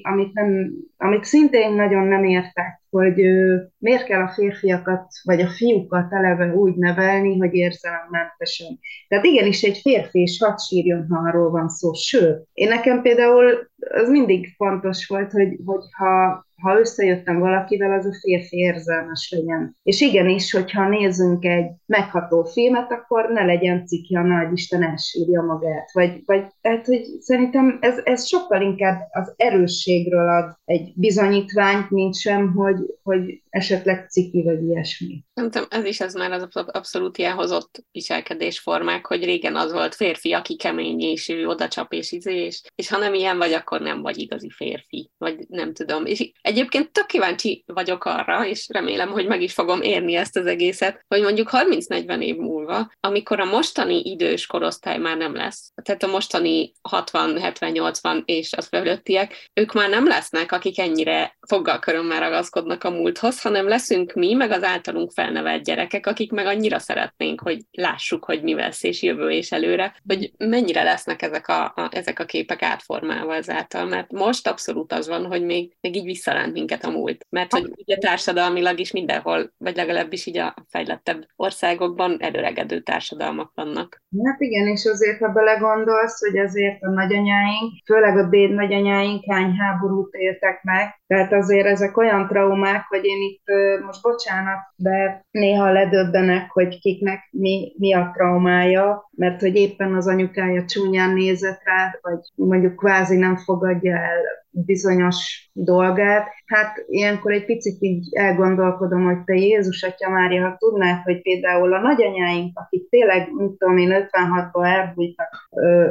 amit szintén nagyon nem értek, hogy miért kell a férfiakat, vagy a fiúkat eleve úgy nevelni, hogy érzelemmentesen. Tehát igenis egy férfi is hadd sírjon, ha arról van szó. Sőt, én nekem például az mindig fontos volt, hogy ha összejöttem valakivel, az a férfi érzelmes legyen. És igenis, hogyha nézzünk egy megható filmet, akkor ne legyen ciki, a nagyisten elsírja magát. Vagy tehát, hogy szerintem ez sokkal inkább az erősségről ad egy bizonyítványt, mint sem, hogy esetleg ciki vagy ilyesmi. Szerintem ez már az abszolút ilyen hozott viselkedésformák, hogy régen az volt férfi, aki kemény, és ő odacsap, és ha nem ilyen vagy, akkor nem vagy igazi férfi. Vagy nem tudom. És egyébként tök kíváncsi vagyok arra, és remélem, hogy meg is fogom érni ezt az egészet, hogy mondjuk 30-40 év múlva, amikor a mostani idős korosztály már nem lesz, tehát a mostani 60, 70, 80 és az fölöttiek, ők már nem lesznek, akik ennyire foggal körömmel ragaszkodnak a múlthoz, hanem leszünk mi, meg az általunk felnevelt gyerekek, akik meg annyira szeretnénk, hogy lássuk, hogy mi lesz, és jövő és előre, hogy mennyire lesznek ezek a képek átformálva ezáltal, mert most abszolút az van, hogy még így visszaránt minket a múlt. Mert hogy ugye társadalmilag is mindenhol, vagy legalábbis így a fejlettebb országokban előregedő társadalmak vannak. Hát igen, és azért, ha belegondolsz, hogy azért a nagyanyáink, főleg a dédnagyanyáink hány háborút éltek meg, tehát azért ezek olyan traumák, hogy én itt most bocsánat, de néha ledöbbenek, hogy kiknek mi a traumája, mert hogy éppen az anyukája csúnyán nézett rá, vagy mondjuk kvázi nem fogadja el bizonyos dolgát. Hát ilyenkor egy picit így elgondolkodom, hogy te Jézus Atya Mária, ha tudnád, hogy például a nagyanyáink, akik tényleg, mit tudom én, 56-ban elbújtak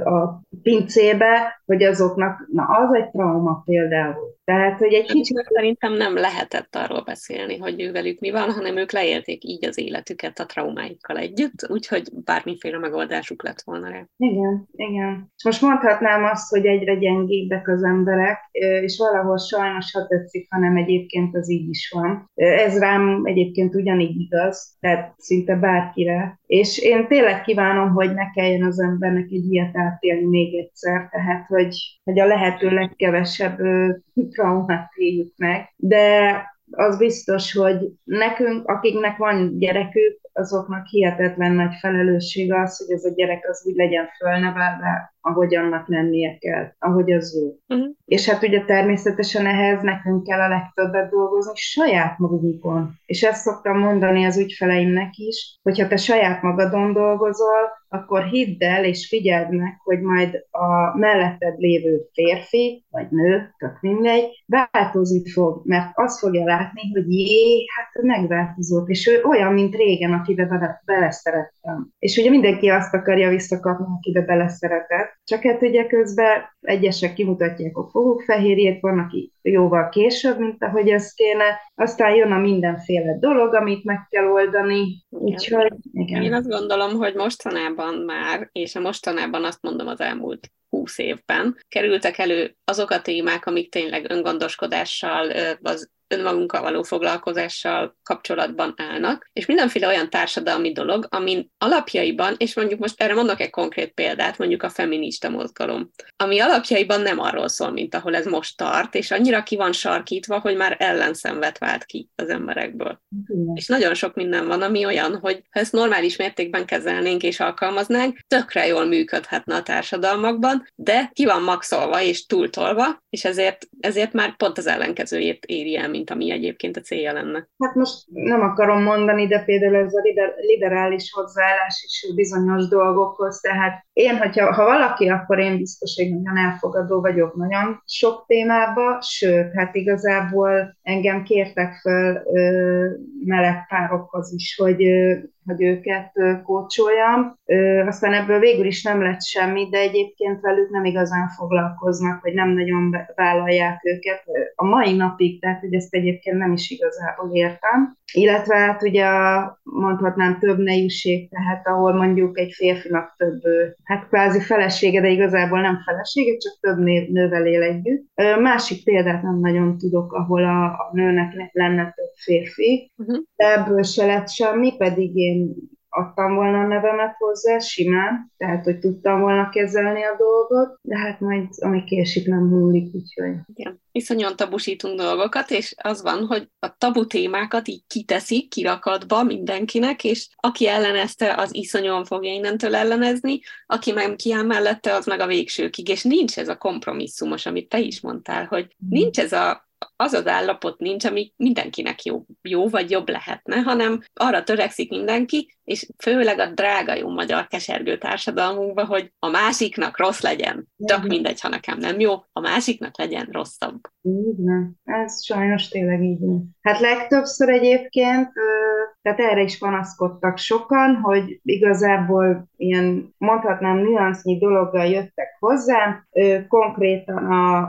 a pincébe, hogy azoknak, na az egy trauma például. Tehát, hogy egy kicsit... Szerintem nem lehetett arról beszélni, hogy ővelük mi van, hanem ők leélték így az életüket a traumáikkal együtt, úgyhogy bármiféle megoldásuk lett volna rá. Igen, igen. És most mondhatnám azt, hogy egyre gyengébbek az emberek, és valahol sajnos, ha tetszik, hanem egyébként az így is van. Ez rám egyébként ugyanígy igaz, tehát szinte bárkire. És én tényleg kívánom, hogy ne kelljen az embernek egy ilyet átélni még egyszer, tehát, hogy a lehető legkevesebb traumát éljük meg. De az biztos, hogy nekünk, akiknek van gyerekük, azoknak hihetetlen nagy felelősség az, hogy ez a gyerek az úgy legyen fölnevelve, ahogy annak lennie kell, ahogy az jó. És hát ugye természetesen ehhez nekünk kell a legtöbbet dolgozni saját magunkon. És ezt szoktam mondani az ügyfeleimnek is, hogyha te saját magadon dolgozol, akkor hidd el és figyeld meg, hogy majd a melletted lévő férfi, vagy nő, tök mindegy, változni fog, mert azt fogja látni, hogy hát megváltozott, és ő olyan, mint régen, akibe beleszerettem. És ugye mindenki azt akarja visszakapni, akibe beleszeretett, csak hát ugye közben egyesek kimutatják a fogukfehérjét, van, aki jóval később, mint ahogy ez kéne, aztán jön a mindenféle dolog, amit meg kell oldani, úgyhogy igen. Én azt gondolom, hogy mostanában már, és a mostanában azt mondom az elmúlt 20 évben, kerültek elő azok a témák, amik tényleg öngondoskodással, az önmagunkkal való foglalkozással kapcsolatban állnak, és mindenféle olyan társadalmi dolog, amin alapjaiban, és mondjuk most erre mondok egy konkrét példát, mondjuk a feminista mozgalom, ami alapjaiban nem arról szól, mint ahol ez most tart, és annyira ki van sarkítva, hogy már ellenszenvet vált ki az emberekből. És nagyon sok minden van, ami olyan, hogy ha ezt normális mértékben kezelnénk és alkalmaznánk, tökre jól működhetne a társadalmakban, de ki van maxolva és túltolva, és ezért már pont az ellenkezőjét éri el, mint ami egyébként a célja lenne. Hát most nem akarom mondani, de például ez a liberális hozzáállás is bizonyos dolgokhoz, tehát én, ha valaki, akkor én biztos, hogy nagyon elfogadó vagyok nagyon sok témába, sőt, hát igazából engem kértek fel meleg párokhoz is, hogy őket kócsoljam. Aztán ebből végül is nem lett semmi, de egyébként velük nem igazán foglalkoznak, vagy nem nagyon vállalják őket a mai napig, tehát hogy ezt egyébként nem is igazából értem. Illetve hát ugye mondhatnám több nejűség, tehát ahol mondjuk egy férfinak több, hát kvázi felesége, de igazából nem felesége, csak több nővel él együtt. Másik példát nem nagyon tudok, ahol a nőnek lenne több férfi, de ebből se lett semmi, pedig én adtam volna a nevemet hozzá, simán, tehát, hogy tudtam volna kezelni a dolgot, de hát majd, ami késik, nem múlik, úgyhogy... Igen. Iszonyan tabusítunk dolgokat, és az van, hogy a tabu témákat így kiteszik kirakatba mindenkinek, és aki ellenezte, az iszonyan fogja innentől ellenezni, aki meg kiáll mellette, az meg a végsőkig, és nincs ez a kompromisszumos, amit te is mondtál, hogy nincs ez az állapot nincs, ami mindenkinek jó vagy jobb lehetne, hanem arra törekszik mindenki, és főleg a drága jó magyar kesergő társadalmunkban, hogy a másiknak rossz legyen. Csak mindegy, ha nekem nem jó, a másiknak legyen rosszabb. Így van. Ez sajnos tényleg így van. Hát legtöbbször egyébként, tehát erre is panaszkodtak sokan, hogy igazából ilyen, mondhatnám, nüansznyi dologgal jöttek hozzám, konkrétan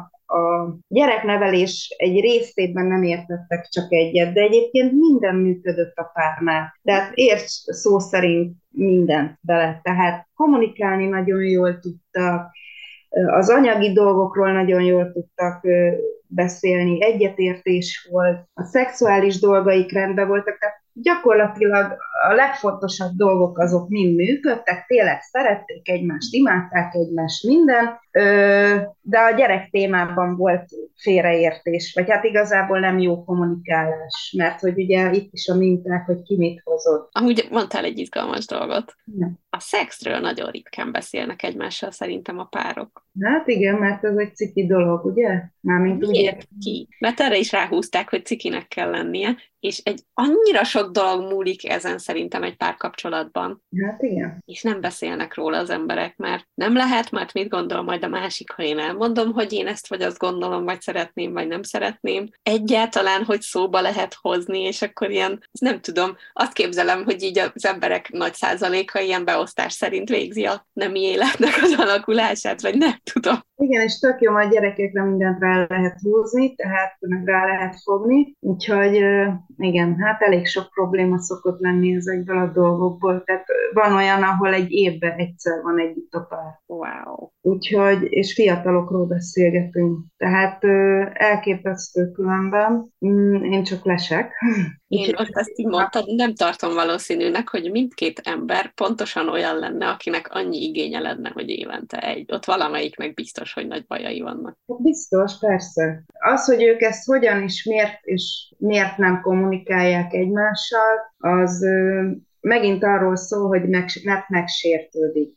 a gyereknevelés egy részében nem értettek csak egyet, de egyébként minden működött a párnál. Tehát érts szó szerint mindent bele. Tehát kommunikálni nagyon jól tudtak, az anyagi dolgokról nagyon jól tudtak beszélni, egyetértés volt, a szexuális dolgaik rendben voltak, tehát gyakorlatilag a legfontosabb dolgok azok mind működtek, tényleg szerették egymást, imádták egymást, minden, De a gyerek témában volt félreértés, vagy hát igazából nem jó kommunikálás, mert hogy ugye itt is a minták, hogy ki mit hozott. Amúgy mondtál egy izgalmas dolgot. Nem. A szexről nagyon ritkán beszélnek egymással szerintem a párok. Hát igen, mert ez egy ciki dolog, ugye? Mármint ugye... Miért ki? Mert erre is ráhúzták, hogy cikinek kell lennie, és egy annyira sok dolog múlik ezen szerintem egy párkapcsolatban. Hát igen. És nem beszélnek róla az emberek, mert nem lehet, mert mit gondol majd a másik, ha én elmondom, hogy én ezt vagy azt gondolom, vagy szeretném, vagy nem szeretném. Egyáltalán, hogy szóba lehet hozni, és akkor ilyen, nem tudom, azt képzelem, hogy így az emberek nagy százaléka ilyen beosztás szerint végzi a nemi életnek az alakulását, vagy nem tudom. Igen, és tök jó, majd gyerekekre mindent rá lehet húzni, tehát meg rá lehet fogni, úgyhogy igen, hát elég sok probléma szokott lenni ezekből a dolgokból, tehát van olyan, ahol egy évben egyszer van együtt a pár. Wow. Úgyhogy, és fiatalokról beszélgetünk, tehát elképesztő különben, én csak lesek. Én most ezt így mondtad, nem tartom valószínűnek, hogy mindkét ember pontosan olyan lenne, akinek annyi igénye lenne, hogy évente egy. Ott valamelyiknek biztos, hogy nagy bajai vannak. Biztos, persze. Az, hogy ők ezt hogyan és miért nem kommunikálják egymással, az megint arról szól, hogy mert megsértődik.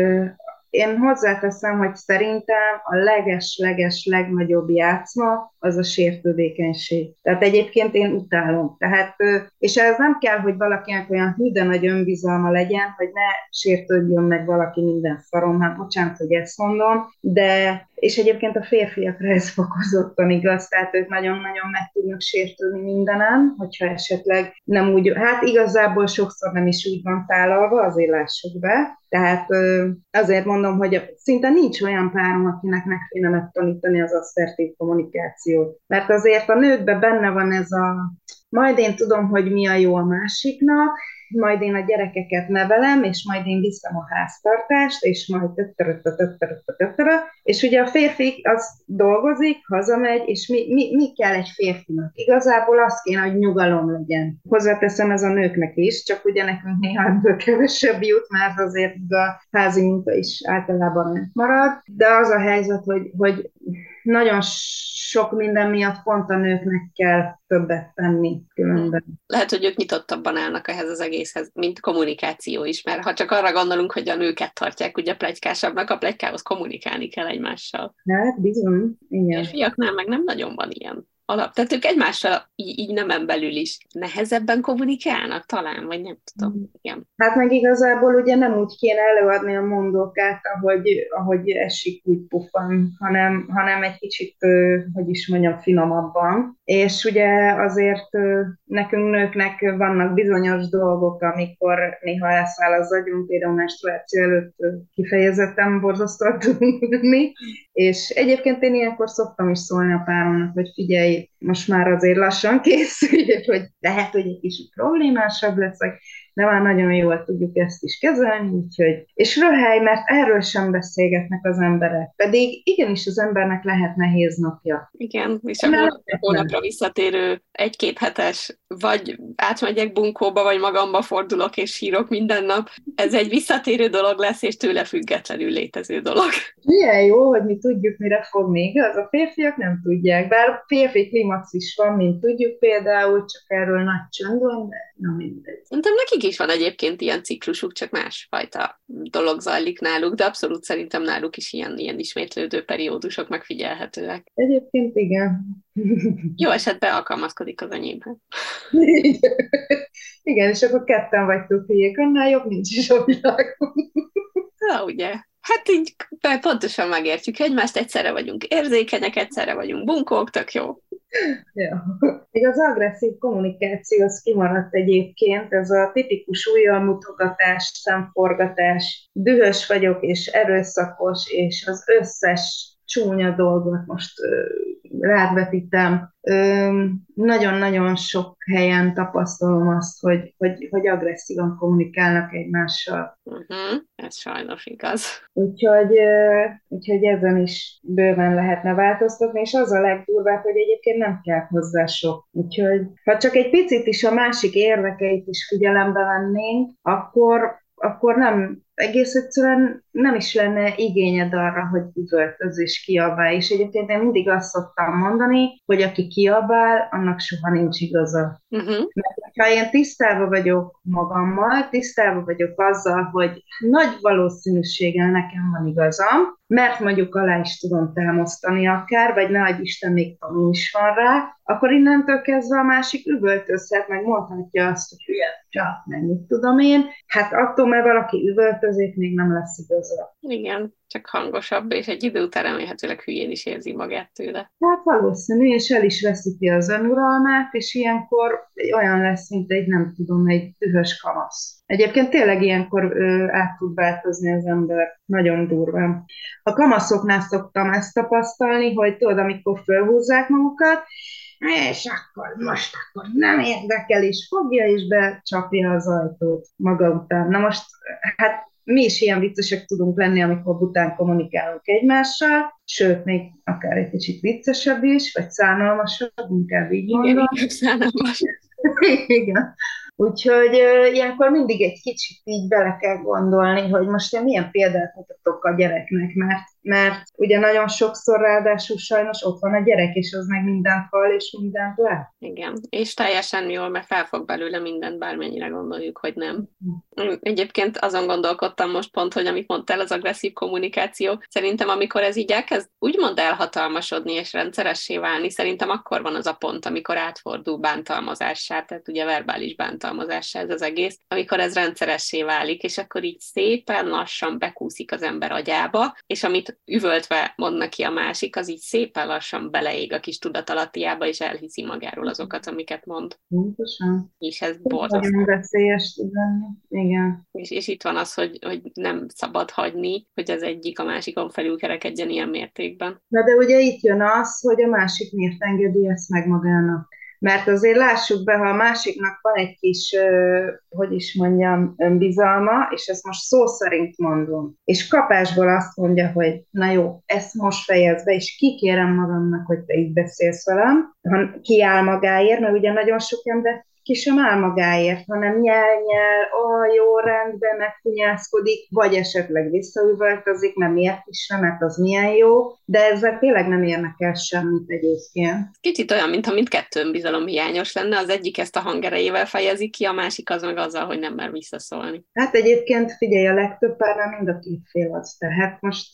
Én hozzáteszem, hogy szerintem a leges-leges legnagyobb játszma az a sértődékenység. Tehát egyébként én utálom. Tehát, és ez nem kell, hogy valakinek olyan hű, de nagy önbizalma legyen, hogy ne sértődjön meg valaki minden szaron, hát bocsánat, hogy ezt mondom, de és egyébként a férfiakra ez fokozottan igaz, tehát ők nagyon-nagyon meg tudnak sértődni mindenen, hogyha esetleg nem úgy, hát igazából sokszor nem is úgy van tálalva, azért lássuk be. Tehát azért mondom, hogy szinte nincs olyan párom, akinek meg kéne megtanítani az asszertív kommunikációt. Mert azért a nőkben benne van ez a, majd én tudom, hogy mi a jó a másiknak, majd én a gyerekeket nevelem, és majd én viszem a háztartást, és majd és ugye a férfi az dolgozik, hazamegy, és mi kell egy férfinak? Igazából az kéne, hogy nyugalom legyen. Hozzáteszem, ez a nőknek is, csak ugye nekünk néha ebből kevesebb jut, mert azért a házi munka is általában nem marad, de az a helyzet, hogy nagyon sok minden miatt pont a nőknek kell többet tenni különben. Lehet, hogy ők nyitottabban állnak ehhez az egészhez, mint kommunikáció is, mert ha csak arra gondolunk, hogy a nőket tartják ugye pletykásabbnak, a pletykához kommunikálni kell egymással. Hát bizony, igen. És fiaknál meg nem nagyon van ilyen alap. Tehát ők egymással így nemen belül is nehezebben kommunikálnak talán, vagy nem tudom. Igen. Hát meg igazából ugye nem úgy kéne előadni a mondókát, ahogy esik úgy pufan, hanem egy kicsit, hogy is mondjam, finomabban. És ugye azért nekünk nőknek vannak bizonyos dolgok, amikor néha elszáll az agyunk, például menstruáció előtt kifejezetten borzasztóan tudunk lenni. És egyébként én ilyenkor szoktam is szólni a páromnak, hogy figyelj, most már azért lassan készülj, hogy lehet, hogy egy kicsit problémásabb leszek, de már nagyon jól tudjuk ezt is kezelni, úgyhogy... És röhely, mert erről sem beszélgetnek az emberek, pedig igenis az embernek lehet nehéz napja. Igen, és a hónapra visszatérő egy-két hetes, vagy átmegyek bunkóba, vagy magamba fordulok és sírok minden nap, ez egy visszatérő dolog lesz, és tőle függetlenül létező dolog. Milyen jó, hogy mi tudjuk, mire fogni, igaz? A férfiak nem tudják, bár férfi klimax is van, mint tudjuk például, csak erről nagy csönd van, de na mindegy. Szerintem nekik is van egyébként ilyen ciklusuk, csak másfajta dolog zajlik náluk, de abszolút szerintem náluk is ilyen ismétlődő periódusok megfigyelhetőek. Egyébként igen. Jó esetben alkalmazkodik az enyémhez. Igen, és akkor ketten vagytok hülyék, annál jobb nincs is a világon. Na, ugye? Hát így pontosan megértjük egymást, egyszerre vagyunk érzékenyek, egyszerre vagyunk bunkók, tök jó. Ja. Még az agresszív kommunikáció az kimaradt egyébként, ez a tipikus ujjalmutogatás, szemforgatás, dühös vagyok és erőszakos, és az összes csúnya dolgot most rád vetítem. Nagyon-nagyon sok helyen tapasztalom azt, hogy agresszívan kommunikálnak egymással. Ez sajnos igaz. Úgyhogy ezen is bőven lehetne változtatni, és az a legdurvább, hogy egyébként nem kell hozzá sok. Úgyhogy ha csak egy picit is a másik érdekeit is figyelembe vennénk, akkor nem egész egyszerűen nem is lenne igényed arra, hogy üvöltöz és kiabálj. És egyébként én mindig azt szoktam mondani, hogy aki kiabál, annak soha nincs igaza. Uh-huh. Ha én tisztában vagyok magammal, tisztában vagyok azzal, hogy nagy valószínűséggel nekem van igazam, mert mondjuk alá is tudom támasztani akár, vagy ne adj Isten, még tanú is van rá, akkor innentől kezdve a másik üvöltözhet, meg mondhatja azt, hogy hülye, csak meg mit tudom én. Hát attól, mert valaki üvöltözik, még nem lesz igaza. Igen, csak hangosabb, és egy idő után remélhetőleg hülyén is érzi magát tőle. Hát valószínű, és el is veszíti az önuralmát, és ilyenkor olyan lesz, mint egy, nem tudom, egy dühös kamasz. Egyébként tényleg ilyenkor át tud változni az ember. Nagyon durván. A kamaszoknál szoktam ezt tapasztalni, hogy tudod, amikor fölhúzzák magukat, és akkor most akkor nem érdekel, és fogja, és becsapja az ajtót maga után. Na most, hát mi is ilyen viccesek tudunk lenni, amikor bután kommunikálunk egymással, sőt, még akár egy kicsit viccesebb is, vagy szánalmasabb, inkább így mondom. Igen, inkább szánalmas. Igen. Úgyhogy ilyenkor mindig egy kicsit így bele kell gondolni, hogy most én milyen példát mutatok a gyereknek, mert ugye nagyon sokszor ráadásul sajnos ott van a gyerek, és az meg mindent hall, és mindent lát. Igen, és teljesen jól, mert felfog belőle mindent, bármennyire gondoljuk, hogy nem. Egyébként azon gondolkodtam most pont, hogy amit mondtál, az agresszív kommunikáció, szerintem amikor ez így elkezd úgymond elhatalmasodni és rendszeressé válni, szerintem akkor van az a pont, amikor átfordul bántalmazássá, tehát ugye verbális bántalmazássá ez az egész, amikor ez rendszeressé válik, és akkor így szépen lassan bekúszik az ember agyába, és amit üvöltve mond neki a másik, az így szépen lassan beleég a kis tudatalattiába, és elhiszi magáról azokat, amiket mond. Pontosan. És ez borzasztó. Nagyon veszélyes tud lenni. Igen. És itt van az, hogy nem szabad hagyni, hogy az egyik a másikon felül kerekedjen ilyen mértékben. Na de ugye itt jön az, hogy a másik miért engedi ezt meg magának. Mert azért lássuk be, ha a másiknak van egy kis, hogy is mondjam, önbizalma, és ezt most szó szerint mondom, és kapásból azt mondja, hogy na jó, ezt most fejezd be, és kikérem magamnak, hogy te így beszélsz velem, ha kiáll magáért, mert ugye nagyon sok ember ki sem áll magáért, hanem nyel, jó, rendben, megkunyászkodik, vagy esetleg visszaüvöltözik, mert miért is nem, mert az milyen jó, de ezzel tényleg nem érnek el semmit egyébként. Kicsit olyan, mintha mindkettő önbizalom hiányos lenne, az egyik ezt a hangerejével fejezi ki, a másik az meg azzal, hogy nem mer visszaszólni. Hát egyébként figyelj, a legtöbb párnál mind a két fél az, tehát most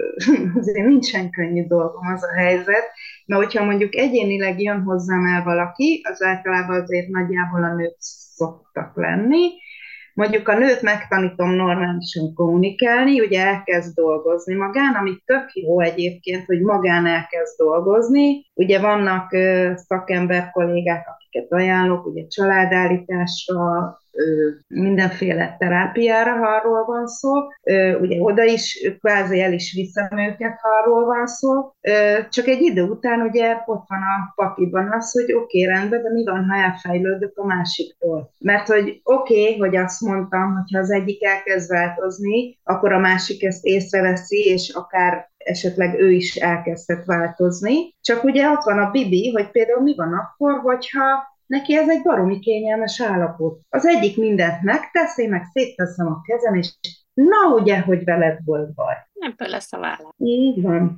azért nincsen könnyű dolgom az a helyzet, mert hogyha mondjuk egyénileg jön hozzám el valaki, az általában azért nagyjából a nők szoktak lenni. Mondjuk a nőt megtanítom normálisan kommunikálni, ugye elkezd dolgozni magán, ami tök jó egyébként, hogy magán elkezd dolgozni. Ugye vannak szakember kollégák, akiket ajánlok, ugye családállításra, mindenféle terápiára, ha arról van szó. Ugye oda is, kvázi el is viszem őket, ha arról van szó. Csak egy idő után ugye ott van a pakliban az, hogy oké, rendben, de mi van, ha elfejlődök a másiktól? Mert hogy oké, hogy azt mondtam, hogyha az egyik elkezd változni, akkor a másik ezt észreveszi, és akár esetleg ő is elkezdhet változni. Csak ugye ott van a bibi, hogy például mi van akkor, hogyha neki ez egy baromi kényelmes állapot. Az egyik mindent megtesz, én meg szétteszem a kezem, és na ugye, hogy veled volt baj. Ebből lesz a válasz. Így van.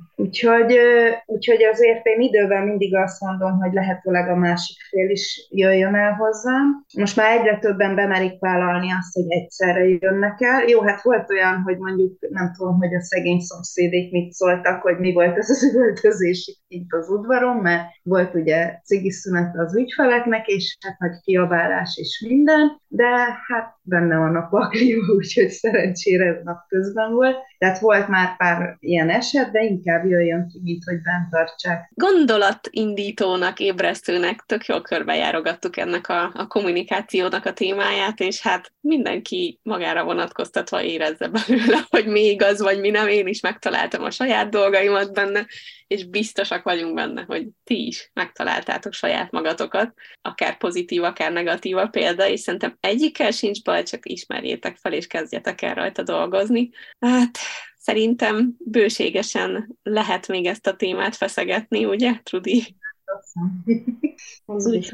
Úgyhogy azért én időben mindig azt mondom, hogy lehetőleg a másik fél is jöjjön el hozzám. Most már egyre többen bemerik vállalni azt, hogy egyszerre jönnek el. Jó, hát volt olyan, hogy mondjuk nem tudom, hogy a szegény szomszédék mit szóltak, hogy mi volt ez az üvöltözés itt az udvaron, mert volt ugye cigiszünet az ügyfeleknek, és hát nagy kiabálás és minden, de hát benne van a pakliba, úgyhogy szerencsére ez napközben volt. Tehát volt már pár ilyen eset, de inkább jöjjön ki, mint hogy bent tartsák. Gondolatindítónak, ébresztőnek tök jól körbejárogattuk ennek a kommunikációnak a témáját, és hát mindenki magára vonatkoztatva érezze belőle, hogy mi igaz, vagy mi nem. Én is megtaláltam a saját dolgaimat benne, és biztosak vagyunk benne, hogy ti is megtaláltátok saját magatokat, akár pozitív, akár negatív a példa, és szerintem egyikkel sincs baj, csak ismerjétek fel, és kezdjetek el rajta dolgozni. Hát szerintem bőségesen lehet még ezt a témát feszegetni, ugye, Trudi? Úgyhogy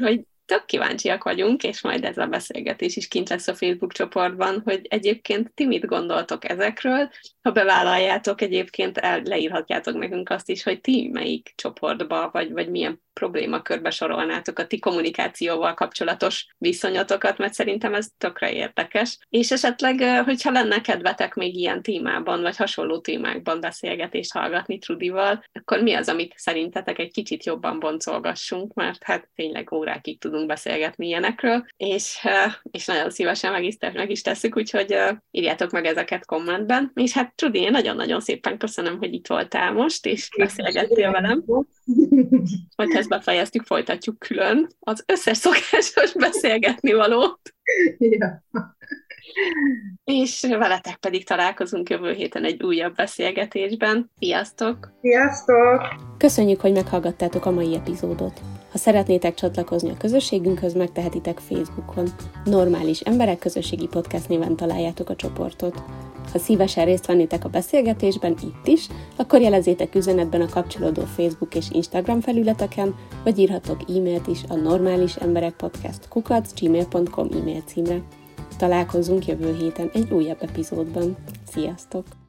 tök kíváncsiak vagyunk, és majd ez a beszélgetés is kint lesz a Facebook csoportban, hogy egyébként ti mit gondoltok ezekről. Ha bevállaljátok, egyébként leírhatjátok nekünk azt is, hogy ti melyik csoportba, vagy milyen problémakörbe sorolnátok a ti kommunikációval kapcsolatos viszonyatokat, mert szerintem ez tökre érdekes. És esetleg, hogyha lenne kedvetek még ilyen témában, vagy hasonló témákban beszélgetést hallgatni Trudival, akkor mi az, amit szerintetek egy kicsit jobban boncolgassunk, mert hát tényleg órákig tudunk beszélgetni ilyenekről, és nagyon szívesen meg is tesszük, úgyhogy írjátok meg ezeket kommentben. És hát Trudi, én nagyon-nagyon szépen köszönöm, hogy itt voltál most, és beszélgettél velem. Hogyha ezt befejeztük, folytatjuk külön az összes szokásos beszélgetni valót. Ja. És veletek pedig találkozunk jövő héten egy újabb beszélgetésben. Sziasztok! Sziasztok! Köszönjük, hogy meghallgattátok a mai epizódot. Ha szeretnétek csatlakozni a közösségünkhöz, megtehetitek Facebookon. Normális Emberek Közösségi Podcast néven találjátok a csoportot. Ha szívesen részt vennétek a beszélgetésben itt is, akkor jelezzétek üzenetben a kapcsolódó Facebook és Instagram felületeken, vagy írhatok e-mailt is a normálisemberekpodcast@gmail.com e-mail címre. Találkozunk jövő héten egy újabb epizódban. Sziasztok!